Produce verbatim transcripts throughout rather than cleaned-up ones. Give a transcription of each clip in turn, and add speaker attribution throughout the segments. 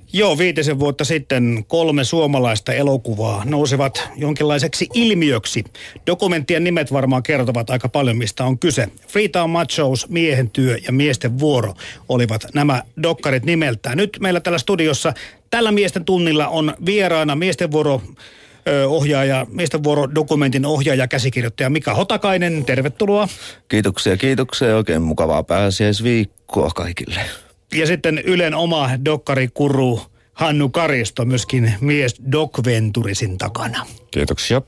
Speaker 1: Joo, viitisen vuotta sitten kolme suomalaista elokuvaa nousivat jonkinlaiseksi ilmiöksi. Dokumenttien nimet varmaan kertovat aika paljon, mistä on kyse. Freetown Machos, Miehen työ ja Miesten vuoro olivat nämä dokkarit nimeltään. Nyt meillä täällä studiossa tällä Miesten tunnilla on vieraana Miesten vuoro ohjaaja, Miesten vuoro dokumentin ohjaaja, käsikirjoittaja Mika Hotakainen. Tervetuloa.
Speaker 2: Kiitoksia, kiitoksia. Oikein mukavaa pääsiäisviikkoa kaikille.
Speaker 1: Ja sitten Ylen oma dokkarikuru Hannu Karisto, myöskin mies Doc Venturisin takana.
Speaker 3: Kiitoksia.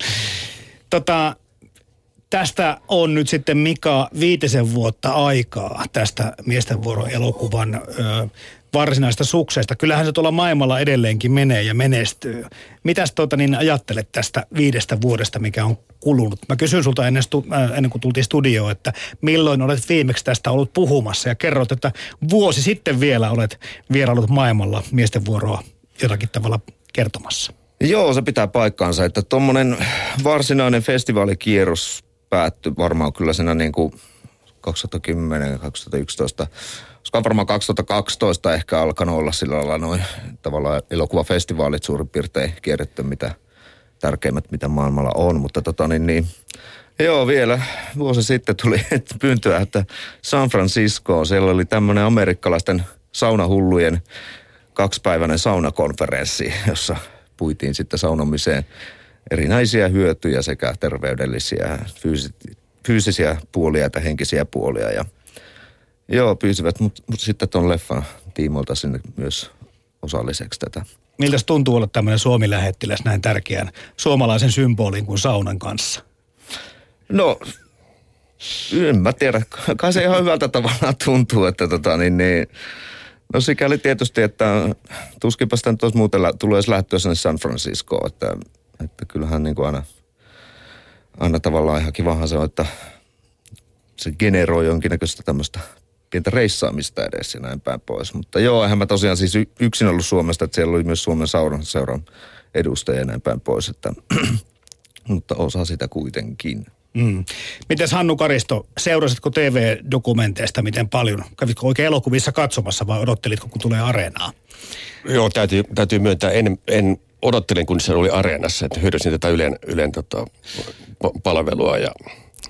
Speaker 1: Tota, tästä on nyt sitten Mika viitisen vuotta aikaa tästä Miesten vuoro-elokuvan ö, varsinaista suksesta. Kyllähän se tuolla maailmalla edelleenkin menee ja menestyy. Mitäs tuota niin ajattelet tästä viidestä vuodesta, mikä on kulunut? Mä kysyn sulta ennen, stu, äh, ennen kuin tultiin studioon, että milloin olet viimeksi tästä ollut puhumassa ja kerrot, että vuosi sitten vielä olet vieraillut maailmalla Miesten vuoroa jotakin tavalla kertomassa.
Speaker 2: Joo, se pitää paikkaansa, että tuommoinen varsinainen festivaalikierros päättyi varmaan kyllä siinä niin kuin kaksituhattakymmenen kaksituhattayksitoista. Olisiko varmaan kaksituhattakaksitoista ehkä alkanut olla sillä lailla noin tavallaan elokuvafestivaalit suurin piirtein kierretty, mitä tärkeimmät, mitä maailmalla on. Mutta tota niin, niin joo, vielä vuosi sitten tuli pyyntöä, että San Francisco, siellä oli tämmöinen amerikkalaisten saunahullujen kaksipäiväinen saunakonferenssi, jossa puitiin sitten saunomiseen erinäisiä hyötyjä sekä terveydellisiä, fyysisiä, fyysisiä puolia että henkisiä puolia. Ja joo, pyysivät, mutta mut sitten tuon leffan tiimoilta sinne myös osalliseksi tätä.
Speaker 1: Miltäs tuntuu olla tämmöinen Suomi-lähettiläs näin tärkeän suomalaisen symbolin kuin saunan kanssa?
Speaker 2: No, en mä tiedä. Kai se ihan hyvältä tavalla tuntuu, että tota niin, niin no sikäli tietysti, että tuskinpä sitä nyt olisi muuten tullut edes lähtöä sinne San Franciscoon, että, että kyllähän niin kuin aina, aina tavallaan ihan kivahan se on, että se generoi jonkinnäköistä tämmöistä pientä reissaamista edes ja näin päin pois. Mutta joo, eihän mä tosiaan siis yksin ollut Suomesta, että siellä oli myös Suomen sauran seuran edustajia ja näin päin pois, että mutta osa sitä kuitenkin.
Speaker 1: Mm. Mites Hannu Karisto, seurasitko T V-dokumenteista miten paljon? Kävitkö oikein elokuvissa katsomassa vai odottelitko, kun tulee Areenaa?
Speaker 3: Joo, täytyy, täytyy myöntää, en, en odottelin, kun se oli Areenassa, että hyödynsin tätä Ylen, Ylen tota, palvelua ja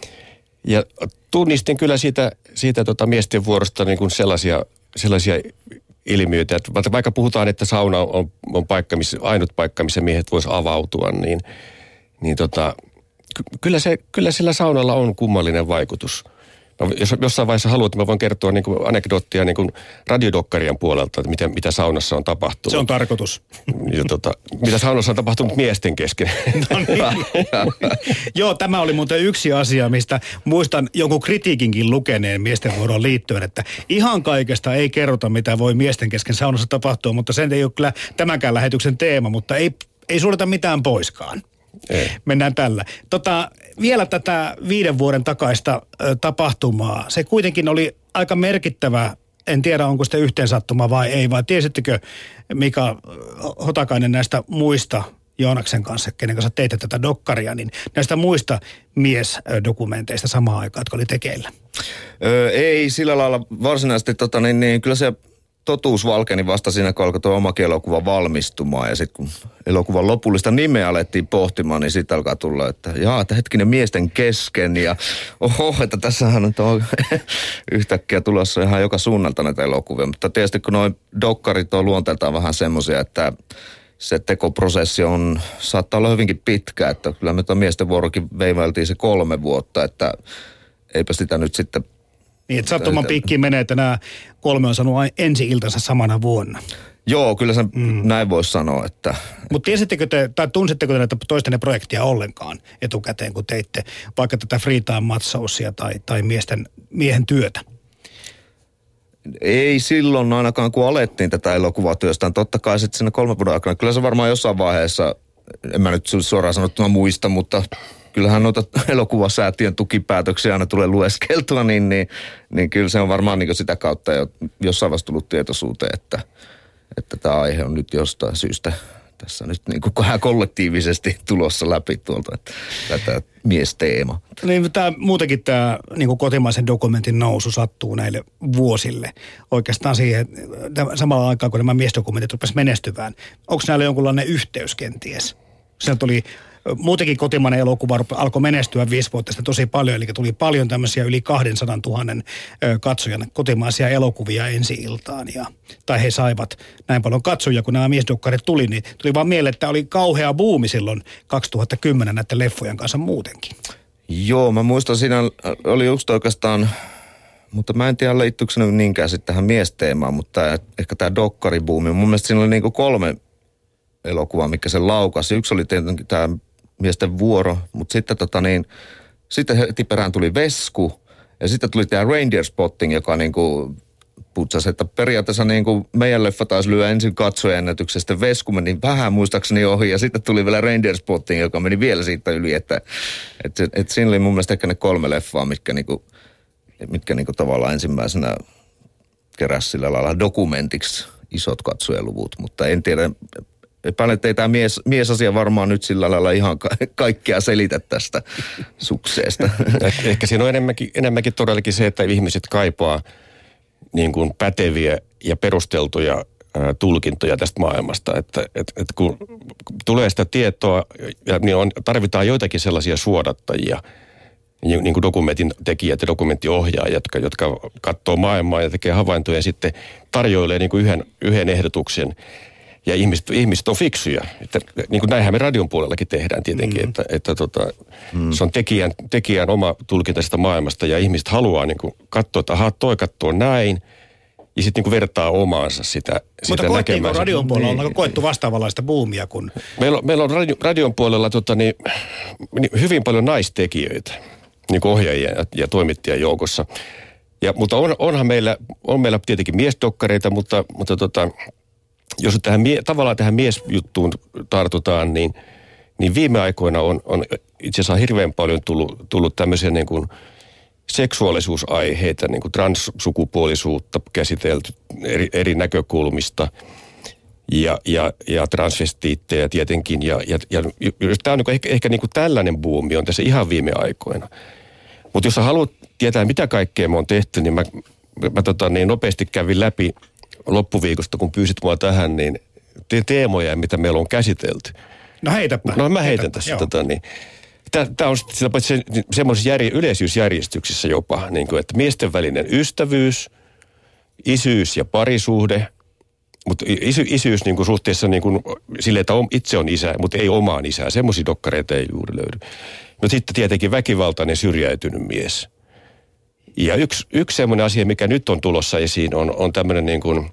Speaker 3: Ja tunnistin kyllä siitä, siitä tota Miesten vuorosta niin kuin sellaisia, sellaisia ilmiöitä, että vaikka puhutaan, että sauna on, on paikka, missä, ainut paikka, missä miehet vois avautua, niin, niin tota, ky- kyllä, se, kyllä sillä saunalla on kummallinen vaikutus. No, jos jossain vaiheessa haluat, mä voin kertoa niin kuin anekdoottia niin kuin radiodokkarien puolelta, että mitä, mitä saunassa on tapahtunut.
Speaker 1: Se on tarkoitus.
Speaker 3: Ja tota, mitä saunassa on tapahtunut miesten kesken. No niin.
Speaker 1: Joo, tämä oli muuten yksi asia, mistä muistan jonkun kritiikinkin lukeneen Miesten vuoroon liittyen, että ihan kaikesta ei kerrota, mitä voi miesten kesken saunassa tapahtua, mutta sen ei ole kyllä tämänkään lähetyksen teema, mutta ei, ei suljeta mitään poiskaan. Ei. Mennään tällä. Tota, vielä tätä viiden vuoden takaista ö, tapahtumaa. Se kuitenkin oli aika merkittävä, en tiedä onko sitä yhteensattuma vai ei, vai tiesittekö Mika Hotakainen näistä muista Joonaksen kanssa, kenen kanssa teitte tätä dokkaria, niin näistä muista miesdokumenteista samaan aikaan, jotka oli tekeillä?
Speaker 2: Öö, ei sillä lailla varsinaisesti, tota, niin, niin, kyllä se totuus valkeni vasta siinä, kun alkoi tuo omakin elokuva valmistumaan. Ja sitten kun elokuvan lopullista nimeä alettiin pohtimaan, niin sitten alkaa tulla, että jaa, että hetkinen miesten kesken. Ja oho, että tässähän on tuo yhtäkkiä tulossa ihan joka suunnalta näitä elokuvia. Mutta tietysti kun nuo dokkarit on luonteeltaan vähän semmoisia, että se tekoprosessi on, saattaa olla hyvinkin pitkä. Että kyllä me tuo Miesten vuorokin veivailtiin se kolme vuotta, että eipä sitä nyt sitten...
Speaker 1: Niin, että sattuman piikkiin menee, että nämä kolme on saanut ensi-iltansa samana vuonna.
Speaker 2: Joo, kyllä se mm. näin voisi sanoa, että...
Speaker 1: Mutta tiesittekö te, tai tunsitteko te näitä toistenne projektia ollenkaan etukäteen, kun teitte vaikka tätä Freetown Machosia tai, tai miesten, miehen työtä?
Speaker 2: Ei silloin ainakaan, kun alettiin tätä elokuvatyöstään. Totta kai sitten siinä kolme vuoden aikana. Kyllä se varmaan jossain vaiheessa, en mä nyt suoraan sanottuna muista, mutta... Kyllähän noita elokuvasäätiön tukipäätöksiä aina tulee lueskeltua, niin, niin, niin kyllä se on varmaan niin sitä kautta jo jossain vaiheessa tullut tietoisuuteen, että, että tämä aihe on nyt jostain syystä tässä nyt niin kuin vähän kollektiivisesti tulossa läpi tuolta että, tätä miesteema.
Speaker 1: Niin, tämä, muutenkin tämä niin kuin kotimaisen dokumentin nousu sattuu näille vuosille. Oikeastaan siihen, samalla aikaa kun nämä miesdokumentit rupesivat menestymään. Onko näillä jonkunlainen yhteys kenties? Se tuli muutenkin kotimainen elokuva alkoi menestyä viisi vuotta sitten tosi paljon, eli tuli paljon tämmöisiä yli kaksisataa tuhatta katsojan kotimaisia elokuvia ensi-iltaan. Ja, tai he saivat näin paljon katsojia, kun nämä miesdokkarit tuli, niin tuli vaan mieleen, että oli kauhea buumi silloin kaksituhattakymmenen näiden leffojen kanssa muutenkin.
Speaker 2: Joo, mä muistan, siinä oli just oikeastaan, mutta mä en tiedä liittyykö se niinkään sitten tähän miesteemaan, mutta ehkä tämä dokkaribuumi. Mun mielestä siinä oli niinku kolme elokuvaa, mikä se laukasi. Yksi oli tietenkin tämä Miesten vuoro, mutta sitten tota niin, sitten heti perään tuli Vesku ja sitten tuli tämä Reindeer Spotting, joka niinku putsasi, että periaatteessa niinku meidän leffa taisi lyö ensin katsojaennätyksen, sitten Vesku meni vähän muistaakseni ohi ja sitten tuli vielä Reindeer Spotting, joka meni vielä siitä yli, että et, et siinä oli mun mielestä ehkä ne kolme leffaa, mitkä niinku, mitkä niinku tavallaan ensimmäisenä keräsi sillä lailla dokumentiksi isot katsojaluvut, mutta en tiedä. Epäilen, että ei tämä mies, miesasia varmaan nyt sillä lailla ihan ka- kaikkea selitä tästä sukseesta.
Speaker 3: Ehkä siinä on enemmänkin, enemmänkin todellakin se, että ihmiset kaipaa niin kuin päteviä ja perusteltuja ää, tulkintoja tästä maailmasta. Että et, et kun tulee sitä tietoa, ja niin on, tarvitaan joitakin sellaisia suodattajia, niin kuin dokumentin tekijät ja dokumenttiohjaajat, jotka, jotka katsoo maailmaa ja tekee havaintoja ja sitten tarjoilee niin kuin yhden, yhden ehdotuksen. Ja ihmiset, ihmiset on fiksuja. Että, niin kuin näinhän me radion puolellakin tehdään tietenkin, mm. että, että tota, mm. se on tekijän, tekijän oma tulkinta sitä maailmasta ja ihmiset haluaa niin kuin katsoa, että ahaa, toi katsoo näin ja sitten niin vertaa omaansa sitä, sitä
Speaker 1: Mutta koettiinko radion puolella,
Speaker 3: niin,
Speaker 1: onko koettu vastaavanlaista buumia? Kun...
Speaker 3: Meillä on, meillä on radio, radion puolella tota, niin, hyvin paljon naistekijöitä, niin kuin ohjaajia ja, ja toimittajien joukossa. Ja, mutta on, onhan meillä, on meillä tietenkin miesdokkareita, mutta, mutta tota... Jos tähän, tavallaan tähän miesjuttuun tartutaan, niin, niin viime aikoina on, on itse asiassa hirveän paljon tullut, tullut tämmöisiä niin kuin seksuaalisuusaiheita, niin kuin transsukupuolisuutta käsitelty eri, eri näkökulmista ja, ja, ja transvestiittejä tietenkin. Ja, ja, ja tämä on niin ehkä, ehkä niin kuin tällainen buumi on tässä ihan viime aikoina. Mutta jos sä haluat tietää, mitä kaikkea me on tehty, niin mä, mä tota, niin nopeasti kävin läpi loppuviikosta, kun pyysit mua tähän, niin te teemoja, mitä meillä on käsitelty.
Speaker 1: No heitäpä.
Speaker 3: No mä heitän tässä. Tota, niin. Tämä on se, semmoisessa järje, yleisyysjärjestyksissä jopa, niin kuin, että miesten välinen ystävyys, isyys ja parisuhde, mutta isy, isyys niin kuin suhteessa niin kuin, sille, että itse on isä, mutta ei omaan isää. Semmoisia dokkareita ei juuri löydy. Mutta sitten tietenkin väkivaltainen syrjäytynyt mies. Ja yksi, yksi semmoinen asia, mikä nyt on tulossa esiin, on, on tämmöinen niin kuin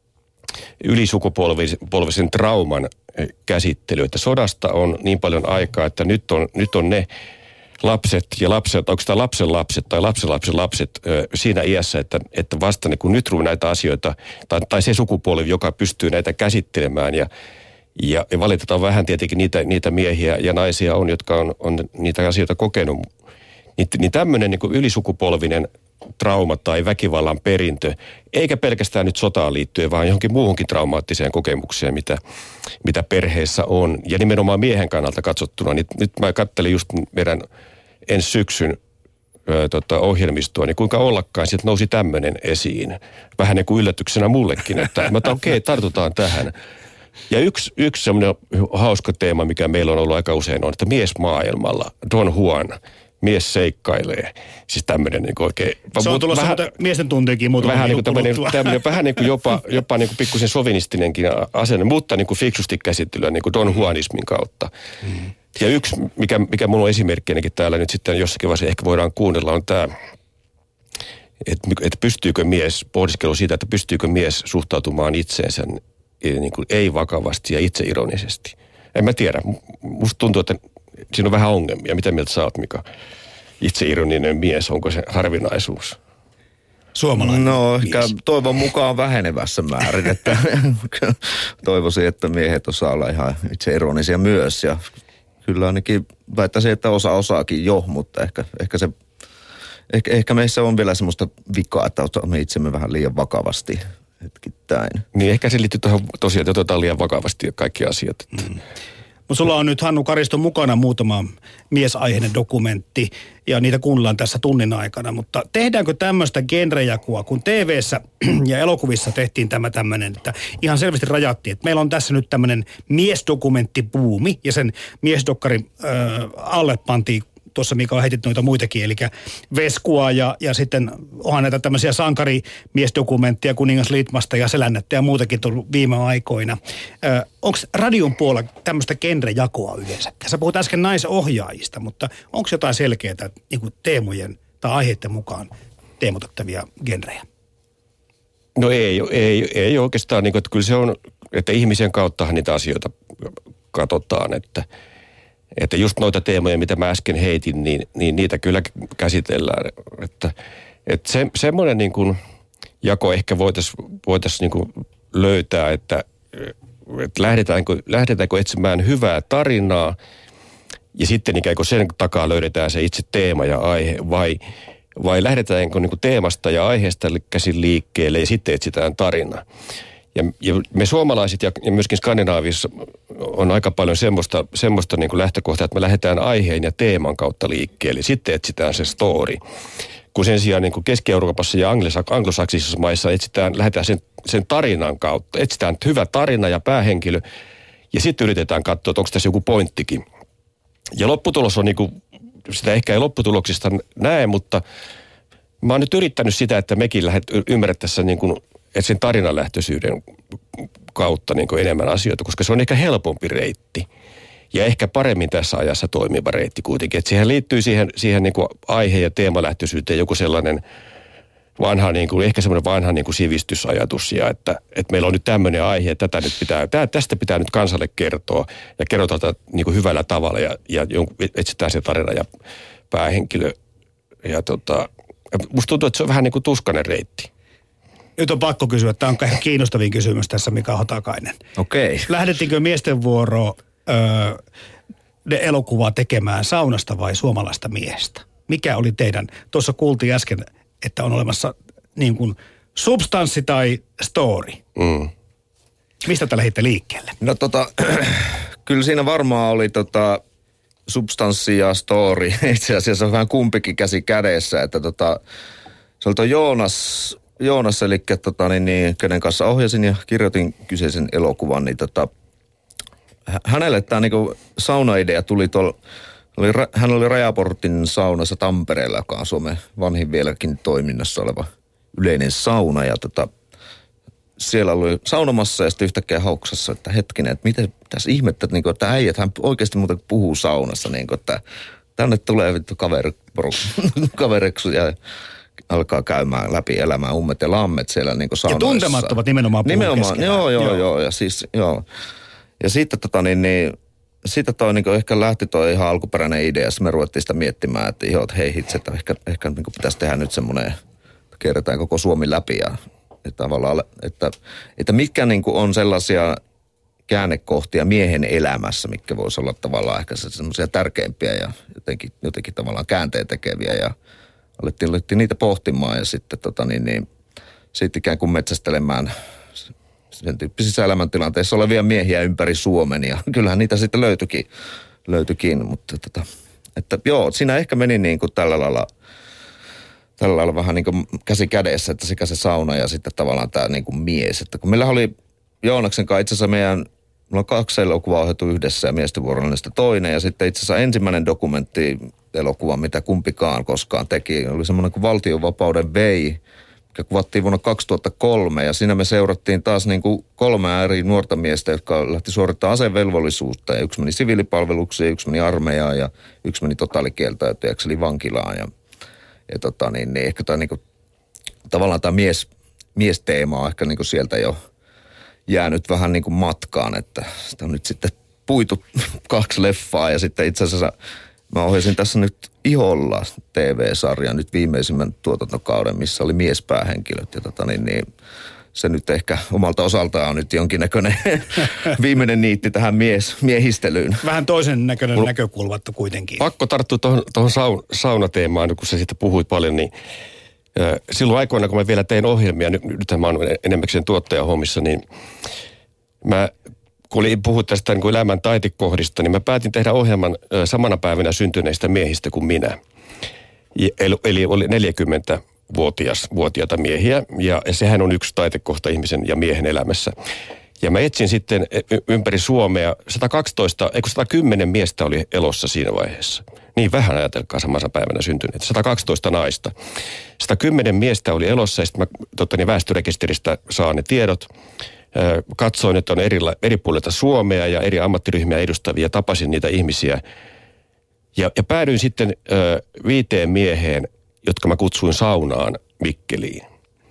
Speaker 3: ylisukupolvisen trauman käsittely. Että sodasta on niin paljon aikaa, että nyt on, nyt on ne lapset ja lapset, onko tämä lapsen lapset tai lapsenlapsen lapset ö, siinä iässä, että, että vasta niin kun nyt ruvetaan näitä asioita, tai, tai se sukupolvi, joka pystyy näitä käsittelemään ja, ja, ja valitetaan vähän tietenkin niitä, niitä miehiä ja naisia on, jotka on, on niitä asioita kokenut. Niin, niin tämmöinen niin kuin ylisukupolvinen trauma tai väkivallan perintö, eikä pelkästään nyt sotaan liittyen, vaan johonkin muuhunkin traumaattiseen kokemukseen, mitä, mitä perheessä on. Ja nimenomaan miehen kannalta katsottuna, niin nyt mä kattelin just meidän ensi syksyn ö, tota, ohjelmistoa, niin kuinka ollakaan sieltä nousi tämmöinen esiin. Vähän niin kuin yllätyksenä mullekin, että mä okei, okay, tartutaan tähän. Ja yksi, yksi semmoinen hauska teema, mikä meillä on ollut aika usein, on, että mies maailmalla, Don Juan, mies seikkailee. Siis tämmöinen niin oikein...
Speaker 1: Se on tulossa vähän, miesten tuntiinkin muutama
Speaker 3: vähän niin tämmöinen, tämmöinen, vähän niin kuin jopa, jopa niin kuin pikkusen sovinistinenkin asenne, mutta niin kuin fiksusti käsittelyä niin kuin Don Juanismin kautta. Mm. Ja yksi, mikä, mikä mulla on esimerkkinäkin täällä nyt sitten jossakin vaiheessa ehkä voidaan kuunnella, on tämä, että, että pystyykö mies, pohdiskelu siitä, että pystyykö mies suhtautumaan itseensä niin kuin ei vakavasti ja itseironisesti. En mä tiedä. Musta tuntuu, että siinä on vähän ongelmia. Mitä mieltä sä oot, Mika? Itseironinen mies, onko se harvinaisuus?
Speaker 1: Suomalainen
Speaker 2: No
Speaker 1: mies.
Speaker 2: ehkä toivon mukaan vähenevässä määrin, että toivoisin, että miehet osaa olla ihan itseironisia myös. Ja kyllä ainakin väittäisin, että osa osaakin jo, mutta ehkä, ehkä, se, ehkä, ehkä meissä on vielä semmoista vikaa, että otamme itsemme vähän liian vakavasti. hetkittäin.
Speaker 3: Niin ehkä se liittyy tuohon tosiaan, että otetaan liian vakavasti kaikki asiat. Mm.
Speaker 1: Mutta sulla on nyt Hannu Karisto mukana muutama miesaiheinen dokumentti ja niitä kuunnellaan tässä tunnin aikana. Mutta tehdäänkö tämmöistä genrejakua, kun T V:ssä ja elokuvissa tehtiin tämä tämmöinen, että ihan selvästi rajattiin, että meillä on tässä nyt tämmöinen miesdokumenttibuumi ja sen miesdokkarin äh, alle pantiin tuossa Mika heitit noita muitakin, eli Veskua ja, ja sitten onhan näitä tämmöisiä sankarimiesdokumentteja Kuningas Litmasta ja Selännettä ja muutakin tullut viime aikoina. Onko radion puolella tämmöistä genrejakoa yleensä? Sä puhut äsken naisohjaajista, mutta onko jotain selkeää niin kuin teemojen tai aiheiden mukaan teemotettavia genrejä?
Speaker 3: No ei, ei, ei oikeastaan, niin kuin, että kyllä se on, että ihmisen kauttahan niitä asioita katsotaan, että Että just noita teemoja, mitä mä äsken heitin, niin, niin niitä kyllä käsitellään. Että, että se, semmoinen niin kuin jako ehkä voitaisiin voitais niin kuin löytää, että, että lähdetäänkö, lähdetäänkö etsimään hyvää tarinaa ja sitten ikään kuin sen takaa löydetään se itse teema ja aihe, vai, vai lähdetäänkö niin kuin teemasta ja aiheesta käsin liikkeelle ja sitten etsitään tarinaa. Ja, ja me suomalaiset ja, ja myöskin Skandinaavissa on aika paljon semmoista, semmoista niin kuin lähtökohtaa, että me lähdetään aiheen ja teeman kautta liikkeelle. Sitten etsitään se story. Kun sen sijaan niin kuin Keski-Euroopassa ja anglosaksisissa maissa etsitään, lähdetään sen, sen tarinan kautta. Etsitään hyvä tarina ja päähenkilö ja sitten yritetään katsoa, että onko tässä joku pointtikin. Ja lopputulos on niin kuin, sitä ehkä ei lopputuloksista näe, mutta mä oon nyt yrittänyt sitä, että mekin lähdet, ymmärrettäisiin niin kuin että sen tarinanlähtöisyyden kautta niin kuin enemmän asioita, koska se on ehkä helpompi reitti. Ja ehkä paremmin tässä ajassa toimiva reitti kuitenkin. Että siihen liittyy siihen, siihen niin kuin aihe- ja teemalähtöisyyteen joku sellainen vanha, niin kuin, ehkä semmoinen vanha niin kuin sivistysajatus. Ja että, että meillä on nyt tämmöinen aihe, että tätä nyt pitää, tästä pitää nyt kansalle kertoa. Ja kerrotaan tätä niin kuin hyvällä tavalla ja, ja etsitään se tarina ja päähenkilö. Ja tota, musta tuntuu, että se on vähän niin kuin tuskainen reitti.
Speaker 1: Nyt on pakko kysyä, että tämä on ehkä kiinnostavin kysymys tässä, Mika Hotakainen.
Speaker 2: Okei. Okay.
Speaker 1: Lähdettiinkö miesten vuoro öö, elokuvaa tekemään saunasta vai suomalaista miehestä? Mikä oli teidän, tuossa kuultiin äsken, että on olemassa niin kuin substanssi tai story. Mm. Mistä te lähditte liikkeelle?
Speaker 2: No tota, kyllä siinä varmaan oli tota substanssi ja story. Itse asiassa on vähän kumpikin käsi kädessä, että tota, se oli tuo Joonas... Joonas, eli tota, niin, niin, kenen kanssa ohjasin ja kirjoitin kyseisen elokuvan, niin tota, hänelle tämä niinku saunaidea tuli tuolla, oli, hän oli Rajaportin saunassa Tampereella, joka on Suomen vanhin vieläkin toiminnassa oleva yleinen sauna, ja tota, siellä oli saunomassa ja sitten yhtäkkiä hauksassa, että hetkinen, että miten tässä ihmettä, että, niinku, että äijät hän oikeasti muuten puhuu saunassa, niinku, että tänne tulee vittu kaveri, kaveriksi ja alkaa käymään läpi elämään ummet ja lammet siellä niin kuin saunoissa.
Speaker 1: Ja tuntemattomat nimenomaan puhuu
Speaker 2: Nimenomaan,
Speaker 1: keskenään.
Speaker 2: joo, joo, joo, ja siis, joo. Ja sitten tota niin, niin siitä toi niin kuin ehkä lähti toi ihan alkuperäinen idea, ja me ruvettiin sitä miettimään, että joo, että hei hitse, että ehkä, ehkä niin kuin pitäisi tehdä nyt semmoinen, että kierretään koko Suomi läpi, ja että tavallaan, että, että mitkä niin kuin on sellaisia käännekohtia miehen elämässä, mitkä voisi olla tavallaan ehkä semmoisia tärkeimpiä ja jotenkin, jotenkin tavallaan käänteen tekeviä, ja Alettiin, alettiin niitä pohtimaan ja sitten tota niin, niin, sitten ikään kuin metsästelemään sen tyyppisissä elämäntilanteissa olevia miehiä ympäri Suomen. Ja kyllähän niitä sitten löytyikin, löytyikin mutta tota, että joo, siinä ehkä meni niin kuin tällä lailla, tällä lailla vähän niin kuin käsi kädessä, että sekä se sauna ja sitten tavallaan tämä niin kuin mies. Että kun meillä oli Joonaksen kanssa itse asiassa meidän, meillä on kaksi elokuvaa ohjattu yhdessä ja miesten vuorollinen toinen ja sitten itse asiassa ensimmäinen dokumentti elokuva, mitä kumpikaan koskaan teki. Oli semmoinen kuin Valtionvapauden vei, mikä kuvattiin vuonna kaksituhattakolme. Ja siinä me seurattiin taas niin kuin kolme eri nuorta miestä, jotka lähti suorittamaan asevelvollisuutta. Ja yksi meni siviilipalvelukseen, yksi meni armeijaan ja yksi meni totaalikieltäytyjäksi, eli vankilaan. Ja, ja tota niin, niin ehkä tämä niin kuin, tavallaan tämä mies, miesteema on ehkä niin kuin sieltä jo jäänyt vähän niin kuin matkaan. Että sitä on nyt sitten puitu kaksi leffaa ja sitten itse asiassa mä ohjasin tässä nyt Iholla T V-sarjan nyt viimeisimmän tuotantokauden, missä oli miespäähenkilöt. Ja tota niin, niin se nyt ehkä omalta osaltaan on nyt jonkinnäköinen viimeinen niitti tähän mies, miehistelyyn.
Speaker 1: Vähän toisen näköinen Mulla näkökulma kuitenkin.
Speaker 3: Pakko tarttua tuohon, tuohon saun, saunateemaan, kun sä siitä puhuit paljon, niin Silloin aikoina, kun mä vielä tein ohjelmia, nyt, nythän mä oon enemmäkseen tuottajahommissa, niin mä, kun puhuit tästä niin kuin elämän taitekohdista, niin mä päätin tehdä ohjelman samana päivänä syntyneistä miehistä kuin minä. Eli, eli oli neljäkymmentävuotiaita miehiä, ja sehän on yksi taitekohta ihmisen ja miehen elämässä. Ja mä etsin sitten ympäri Suomea, sata kaksitoista, eikö sata kymmenen miestä oli elossa siinä vaiheessa. Niin vähän ajatelkaa samassa päivänä syntyneet. sata kaksitoista naista. sata kymmenen miestä oli elossa ja sitten mä tottani väestörekisteristä saan ne tiedot. Katsoin, että on eri, eri puolilta Suomea ja eri ammattiryhmiä edustavia. Tapasin niitä ihmisiä. Ja, ja päädyin sitten ö, viiteen mieheen, jotka mä kutsuin saunaan Mikkeliin.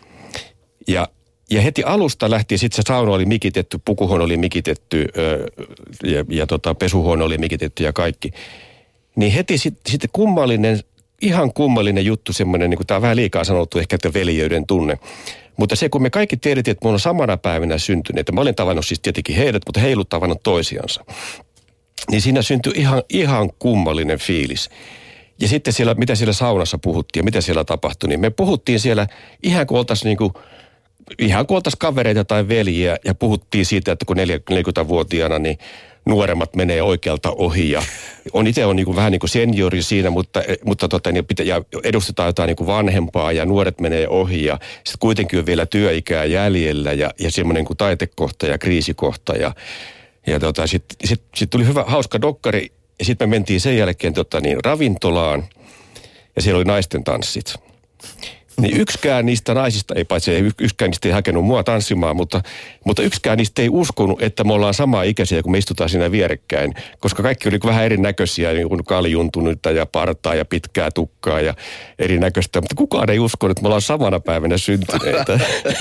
Speaker 3: Ja Ja heti alusta lähtien, sitten se sauna oli mikitetty, pukuhuone oli mikitetty ö, ja, ja tota, pesuhuone oli mikitetty ja kaikki. Niin heti sitten sit kummallinen, ihan kummallinen juttu, semmoinen, niin kuin tämä on vähän liikaa sanottu, ehkä että veljeyden tunne. Mutta se, kun me kaikki tiedettiin, että me on samana päivänä syntyneet, mä olin tavannut siis tietenkin heidät, mutta he ei ollut tavannut toisiansa. Niin siinä syntyi ihan, ihan kummallinen fiilis. Ja sitten siellä, mitä siellä saunassa puhuttiin ja mitä siellä tapahtui, niin me puhuttiin siellä ihan kuin oltaisiin niin kuin Ihan kuin oltaisiin kavereita tai veljiä ja puhuttiin siitä, että kun neljäkymmentävuotiaana niin nuoremmat menee oikealta ohi ja on itse on niin kuin vähän niin kuin seniori siinä, mutta, mutta tota, niin pitä, ja edustetaan jotain niin kuin vanhempaa ja nuoret menee ohi ja sitten kuitenkin on vielä työikää jäljellä ja, ja semmoinen kuin taitekohta ja kriisikohta ja, ja tota, sitten sit, sit tuli hyvä, hauska dokkari ja sitten me mentiin sen jälkeen tota, niin, ravintolaan ja siellä oli naisten tanssit. Niin yksikään niistä naisista, ei paitsi yksikään niistä ei hakenut mua tanssimaan, mutta, mutta yksikään niistä ei uskonut, että me ollaan samaa ikäisiä, kun me istutaan siinä vierekkäin. Koska kaikki oli vähän erinäköisiä, niin kuin kaljuntunutta ja partaa ja pitkää tukkaa ja erinäköistä. Mutta kukaan ei uskonut, että me ollaan samana päivänä syntyneitä.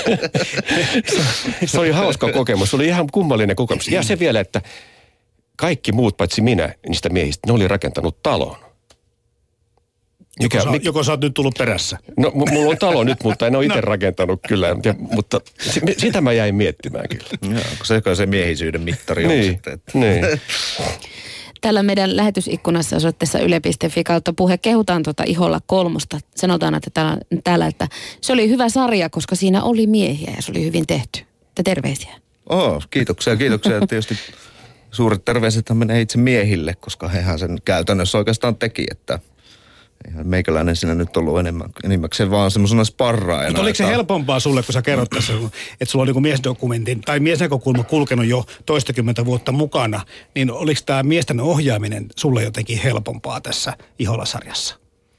Speaker 3: Se oli hauska kokemus, se oli ihan kummallinen kokemus. Ja se vielä, että kaikki muut paitsi minä niistä miehistä, ne oli rakentanut talon.
Speaker 1: Joko,
Speaker 3: Mikä,
Speaker 1: sä,
Speaker 3: mik...
Speaker 1: joko sä oot nyt tullut perässä?
Speaker 3: No m- mulla on talo nyt, mutta en ole itse no. rakentanut kyllä. Ja, mutta s- sitä mä jäin miettimään kyllä.
Speaker 2: Joo, se on se miehisyyden mittari on
Speaker 3: niin,
Speaker 2: sitten. Että.
Speaker 3: Niin.
Speaker 4: Täällä meidän lähetysikkunassa osoitteessa yle piste fi kautta puhe kehutaan tuota Iholla kolmosta. Sanotaan, että täällä, täällä, että se oli hyvä sarja, koska siinä oli miehiä ja se oli hyvin tehty. Että terveisiä.
Speaker 2: Oh, kiitoksia, kiitoksia. Tietysti suuret terveiset menee itse miehille, koska hehän sen käytännössä oikeastaan teki, että eihän meikäläinen siinä nyt ollut enemmän, enimmäkseen vaan semmoisena sparraajana.
Speaker 1: Mutta oliko se helpompaa sulle, kun sä kerrot tässä, että sulla on niin miesdokumentin tai miesnäkökulma kulkenut jo toistakymmentä vuotta mukana, niin oliko tämä miesten ohjaaminen sulle jotenkin helpompaa tässä Ihola-sarjassa?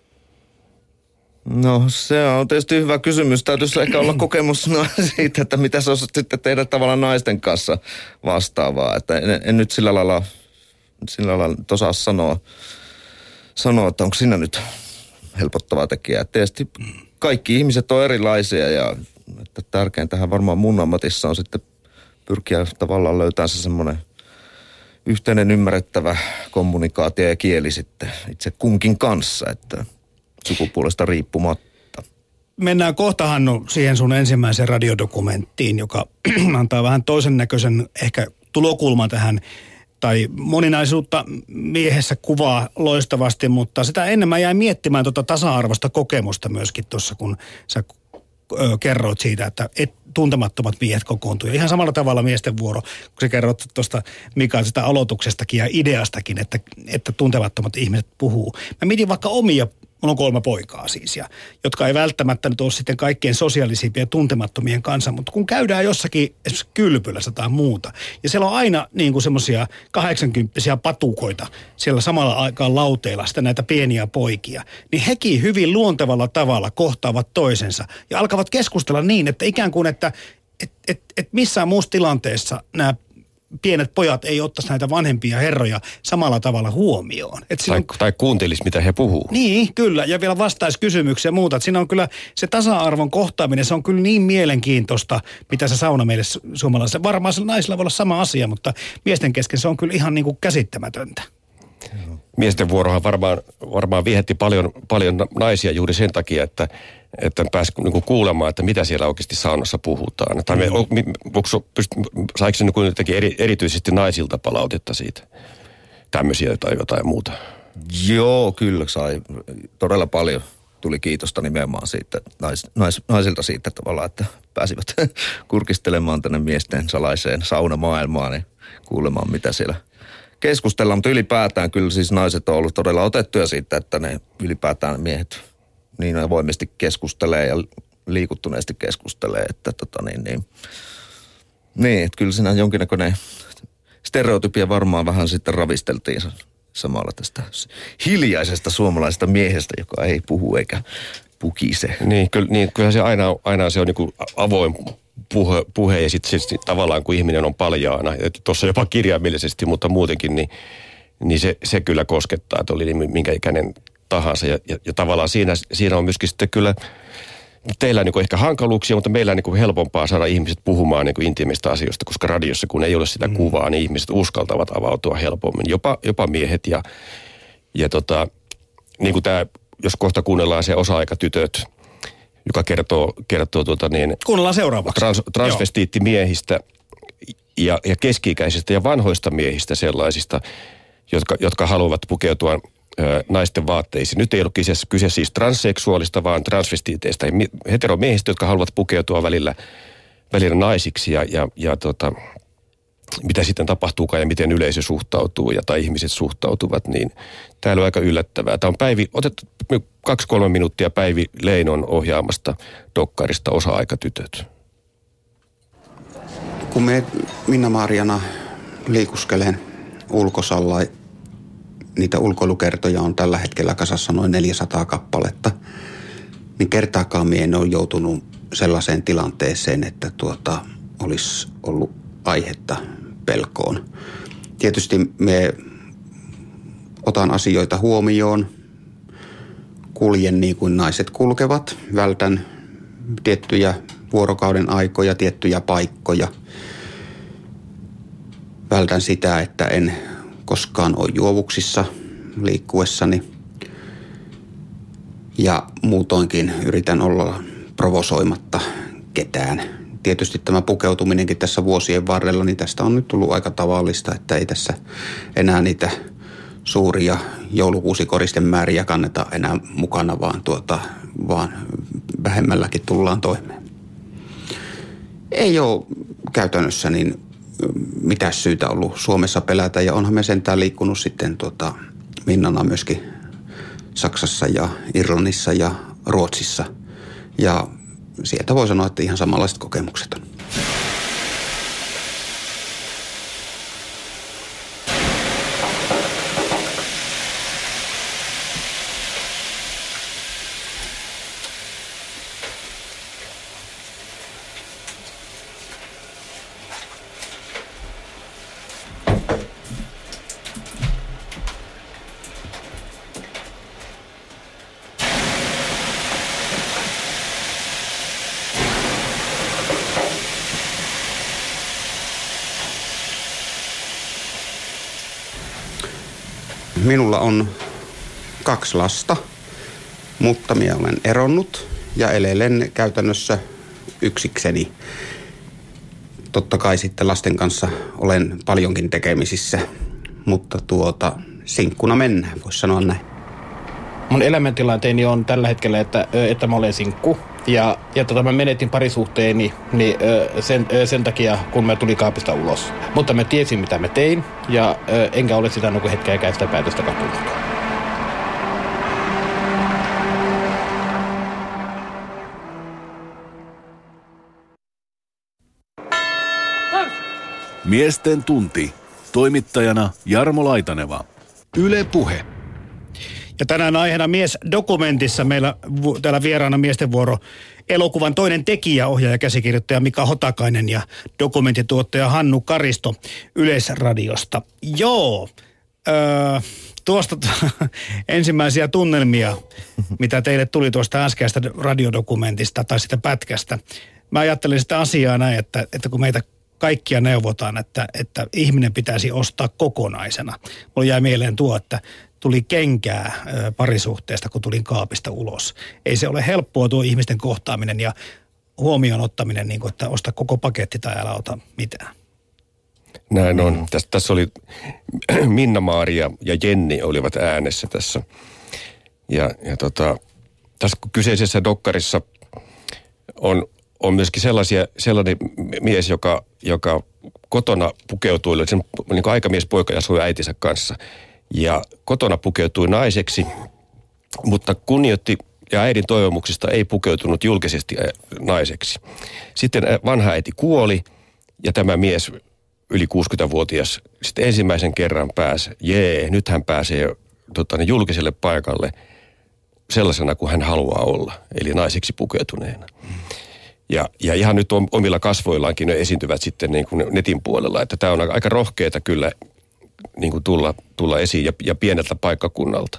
Speaker 2: No se on tietysti hyvä kysymys. Täytyisi ehkä olla kokemus siitä, että mitä se on sitten tehdä tavallaan naisten kanssa vastaavaa. Että en, en nyt sillä lailla, sillä lailla osaa sanoa. sanoa, että onko siinä nyt helpottava tekijä. Tietysti kaikki ihmiset on erilaisia ja että tärkeintähän varmaan mun ammatissa on sitten pyrkiä tavallaan löytämään se semmoinen yhteinen ymmärrettävä kommunikaatio ja kieli sitten itse kunkin kanssa, että sukupuolesta riippumatta.
Speaker 1: Mennään kohta, Hannu, siihen sun ensimmäiseen radiodokumenttiin, joka antaa vähän toisen näköisen ehkä tulokulman tähän tai moninaisuutta miehessä kuvaa loistavasti, mutta sitä ennen mä jäin miettimään tuota tasa-arvoista kokemusta myöskin tuossa, kun sä ö, kerroit siitä, että et, tuntemattomat miehet kokoontuu. Ja ihan samalla tavalla miesten vuoro, kun sä kerrot tuosta Mika sitä aloituksestakin ja ideastakin, että, että tuntemattomat ihmiset puhuu. Mä mietin vaikka omia, mulla on kolme poikaa siis, ja, jotka ei välttämättä nyt ole sitten kaikkein sosiaalisimpia tuntemattomien kanssa, mutta kun käydään jossakin esimerkiksi kylpylässä tai muuta, ja siellä on aina niin kuin semmoisia kahdeksankymppisiä patukoita siellä samalla aikaan lauteilla, sitten näitä pieniä poikia, niin hekin hyvin luontevalla tavalla kohtaavat toisensa ja alkavat keskustella niin, että ikään kuin, että et, et, et missään muussa tilanteessa nämä pienet pojat ei ottaisi näitä vanhempia herroja samalla tavalla huomioon. Et
Speaker 3: tai,
Speaker 1: on,
Speaker 3: tai kuuntelisi, mitä he puhuu.
Speaker 1: Niin, kyllä. Ja vielä vastaisi kysymyksiä ja muuta. Et siinä on kyllä se tasa-arvon kohtaaminen, se on kyllä niin mielenkiintoista, mitä se sauna meille suomalaisille. Varmaan naisilla voi olla sama asia, mutta miesten kesken se on kyllä ihan niin kuin käsittämätöntä.
Speaker 3: Miesten vuorohan varmaan, varmaan viehätti paljon, paljon naisia juuri sen takia, että, että pääsi niinku kuulemaan, että mitä siellä oikeasti saunassa puhutaan. Tai me, mm. saiko se niinku jotenkin eri, erityisesti naisilta palautetta siitä? Tämmöisiä tai jotain muuta?
Speaker 2: Joo, kyllä sai todella paljon. tuli kiitosta nimenomaan siitä, nais, nais, naisilta siitä tavallaan, että pääsivät kurkistelemaan tänne miesten salaiseen saunamaailmaan ja kuulemaan, mitä siellä keskustellaan. Mutta ylipäätään kyllä siis naiset on ollut todella otettuja siitä, että ne ylipäätään miehet niin avoimesti keskustelee ja liikuttuneesti keskustelee, että tota niin, niin, niin että kyllä siinä jonkinnäköinen stereotypia varmaan vähän sitten ravisteltiin samalla tästä hiljaisesta suomalaisesta miehestä, joka ei puhu eikä pukise.
Speaker 3: Niin, kyllä, niin kyllähän se aina, aina se on niin kuin avoin puhe, puhe ja sitten sit, tavallaan kun ihminen on paljaana, että tuossa jopa kirjaimellisesti, mutta muutenkin, niin, niin se, se kyllä koskettaa, että oli minkä ikäinen tahansa. Ja, ja, ja tavallaan siinä, siinä on myöskin sitten kyllä teillä niin kuin ehkä hankaluuksia, mutta meillä on niin kuin helpompaa saada ihmiset puhumaan niin kuin intiimistä asioista, koska radiossa kun ei ole sitä mm. kuvaa, niin ihmiset uskaltavat avautua helpommin, jopa, jopa miehet. Ja, ja tota, niin kuin tämä, jos kohta kuunnellaan se osa-aikatytöt, joka kertoo, kertoo tuota niin,
Speaker 1: kuunnellaan seuraavaksi.
Speaker 3: Trans, transvestiittimiehistä ja, ja keski-ikäisistä ja vanhoista miehistä sellaisista, jotka, jotka haluavat pukeutua naisten vaatteisiin. Nyt ei ollut kyse, kyse siis transseksuaalista, vaan transvestiiteistä, heteromiehistä, jotka haluavat pukeutua välillä, välillä naisiksi ja, ja, ja tota, mitä sitten tapahtuukaan ja miten yleisö suhtautuu ja tai ihmiset suhtautuvat, niin tämä on aika yllättävää. Tämä on Päivi, otettu kaksi-kolme minuuttia Päivi Leinon ohjaamasta dokkarista Osa-aikatytöt.
Speaker 5: Kun me Minna-Maariana liikuskelen ulkosalla, niitä ulkoilukertoja on tällä hetkellä kasassa noin neljäsataa kappaletta, niin kertaakaan mie en ole joutunut sellaiseen tilanteeseen, että tuota, olisi ollut aihetta pelkoon. Tietysti me otan asioita huomioon, kuljen niin kuin naiset kulkevat, vältän tiettyjä vuorokauden aikoja, tiettyjä paikkoja. Vältän sitä, että en koskaan ole juovuksissa liikkuessani. Ja muutoinkin yritän olla provosoimatta ketään. Tietysti tämä pukeutuminenkin tässä vuosien varrella, niin tästä on nyt tullut aika tavallista, että ei tässä enää niitä suuria joulukuusikoristen määriä kanneta enää mukana, vaan, tuota, vaan vähemmälläkin tullaan toimeen. Ei ole käytännössä niin mitään syytä ollut Suomessa pelätä, ja onhan me sentään liikkunut sitten tuota, Minnana myöskin Saksassa ja Irlannissa ja Ruotsissa. Ja sieltä voi sanoa, että ihan samanlaiset kokemukset on. Minulla on kaksi lasta, mutta minä olen eronnut ja elelen käytännössä yksikseni. Totta kai sitten lasten kanssa olen paljonkin tekemisissä, mutta tuota, sinkkuna mennään, voisi sanoa näin.
Speaker 6: Mun elämäntilanteeni on tällä hetkellä, että, että mä olen sinkku. Ja, ja tota, mä menetin parisuhteeni niin, sen, sen takia, kun mä tulin kaapista ulos. Mutta mä tiesin, mitä mä tein, ja enkä ole sitä niin hetkeäkään sitä päätöstä katsonut.
Speaker 7: Miesten tunti. Toimittajana Jarmo Laitaneva. Yle Puhe.
Speaker 1: Ja tänään aiheena Mies dokumentissa meillä täällä vieraana Miesten vuoro elokuvan toinen tekijä, ohjaaja ja käsikirjoittaja Mika Hotakainen ja dokumentituottaja Hannu Karisto Yleisradiosta. Joo, öö, tuosta t- ensimmäisiä tunnelmia, mitä teille tuli tuosta äskeistä radiodokumentista tai sitä pätkästä. Mä ajattelin sitä asiaa näin, että, että kun meitä kaikkia neuvotaan, että, että ihminen pitäisi ostaa kokonaisena. Mulla jäi mieleen tuo, että tuli kenkää parisuhteesta, kun tulin kaapista ulos. Ei se ole helppoa tuo ihmisten kohtaaminen ja huomioon ottaminen, niin kuin, että osta koko paketti tai älä ota mitään.
Speaker 3: Näin on. Mm. Tässä, tässä oli Minna-Maaria ja Jenni olivat äänessä tässä. Ja, ja tota, tässä kyseisessä dokkarissa on, on myöskin sellaisia, sellainen mies, joka, joka kotona pukeutui, sen niin kuin aikamiespoika asui äitinsä kanssa. Ja kotona pukeutui naiseksi, mutta kunnioitti ja äidin toivomuksista ei pukeutunut julkisesti naiseksi. Sitten vanha äiti kuoli ja tämä mies, yli kuusikymmentävuotias, sitten ensimmäisen kerran pääsi, jee, nyt hän pääsee tota, niin julkiselle paikalle sellaisena kuin hän haluaa olla, eli naiseksi pukeutuneena. Ja, ja ihan nyt omilla kasvoillaankin ne esiintyvät sitten niin kuin netin puolella, että tämä on aika rohkeata kyllä niin kuin tulla, tulla esiin ja, ja pieneltä paikkakunnalta.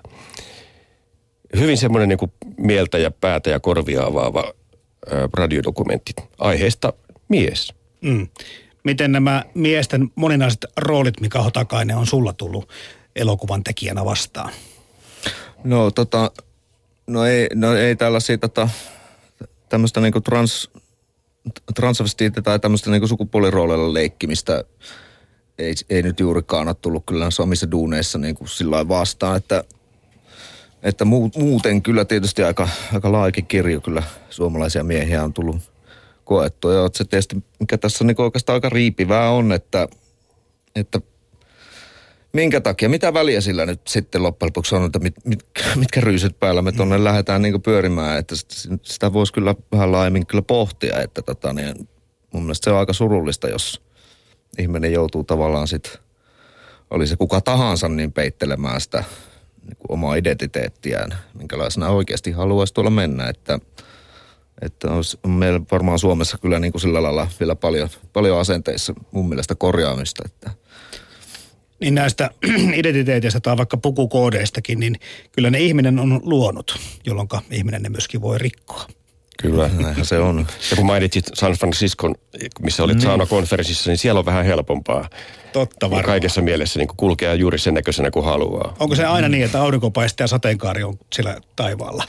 Speaker 3: Hyvin semmoinen niin kuin mieltä ja päätä ja korvia avaava ää, radiodokumentti aiheesta mies.
Speaker 1: Mm. Miten nämä miesten moninaiset roolit, Mika Hotakainen, on sulla tullut elokuvan tekijänä vastaan?
Speaker 2: No tota, no ei, no ei tällaisia tota, tämmöistä niinku trans, transvestiitä tai tämmöistä niinku sukupuolirooleilla leikkimistä ei, ei nyt juurikaan ole tullut kyllä näissä omissa duuneissa niinku sillain vastaan, että Että muuten kyllä tietysti aika, aika laajakin kirjo kyllä suomalaisia miehiä on tullut koettua. Ja se tietysti, mikä tässä niin oikeastaan aika riipivää on, että, että minkä takia, mitä väliä sillä nyt sitten loppujen lopuksi on, että mit, mit, mitkä ryyset päällä me tuonne mm. lähdetään niin pyörimään. Että sitä voisi kyllä vähän laajemmin kyllä pohtia, että tota, niin mun mielestä se on aika surullista, jos ihminen joutuu tavallaan sitten, oli se kuka tahansa, niin peittelemään sitä niin kuin omaa identiteettiään, minkälaisena oikeasti haluaisi tuolla mennä, että, että on meillä varmaan Suomessa kyllä niin kuin sillä lailla vielä paljon, paljon asenteissa mun mielestä korjaamista. Että.
Speaker 1: Niin näistä identiteeteistä tai vaikka pukukoodeistakin, niin kyllä ne ihminen on luonut, jolloin ihminen ne myöskin voi rikkoa.
Speaker 3: Kyllä.
Speaker 2: Näinhän se on.
Speaker 3: Ja kun mainitsit San Franciscon, missä olit niin. saunakonferenssissa, niin siellä on vähän helpompaa.
Speaker 1: Totta varmaan.
Speaker 3: Kaikessa mielessä niin kulkea juuri sen näköisenä kuin haluaa.
Speaker 1: Onko se aina niin, että aurinko paistaa ja sateenkaari on siellä taivaalla?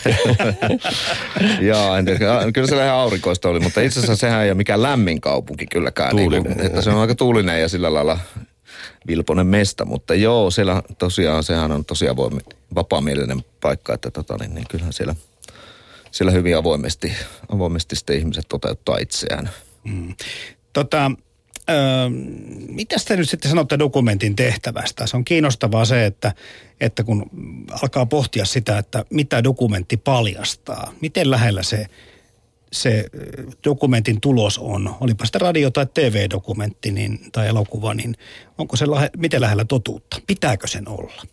Speaker 2: Joo, en tiedä. Kyllä se ihan aurinkoista oli, mutta itse asiassa sehän ei ole mikään lämmin kaupunki kylläkään. Tuulinen. Niin kuin, että se on aika tuulinen ja sillä lailla vilpoinen mesta, mutta joo, siellä tosiaan, sehän on tosiaan vapaamielinen paikka, että tota, niin, niin kyllähän siellä... Siellä hyvin avoimesti, avoimesti sitten ihmiset toteuttaa itseään.
Speaker 1: Mm. Tota, ö, mitä te nyt sitten sanotte dokumentin tehtävästä? Se on kiinnostavaa se, että, että kun alkaa pohtia sitä, että mitä dokumentti paljastaa. Miten lähellä se, se dokumentin tulos on? Olipa sitä radio- tai T V-dokumentti niin, tai elokuva, niin onko se lähe, miten lähellä totuutta? Pitääkö sen olla?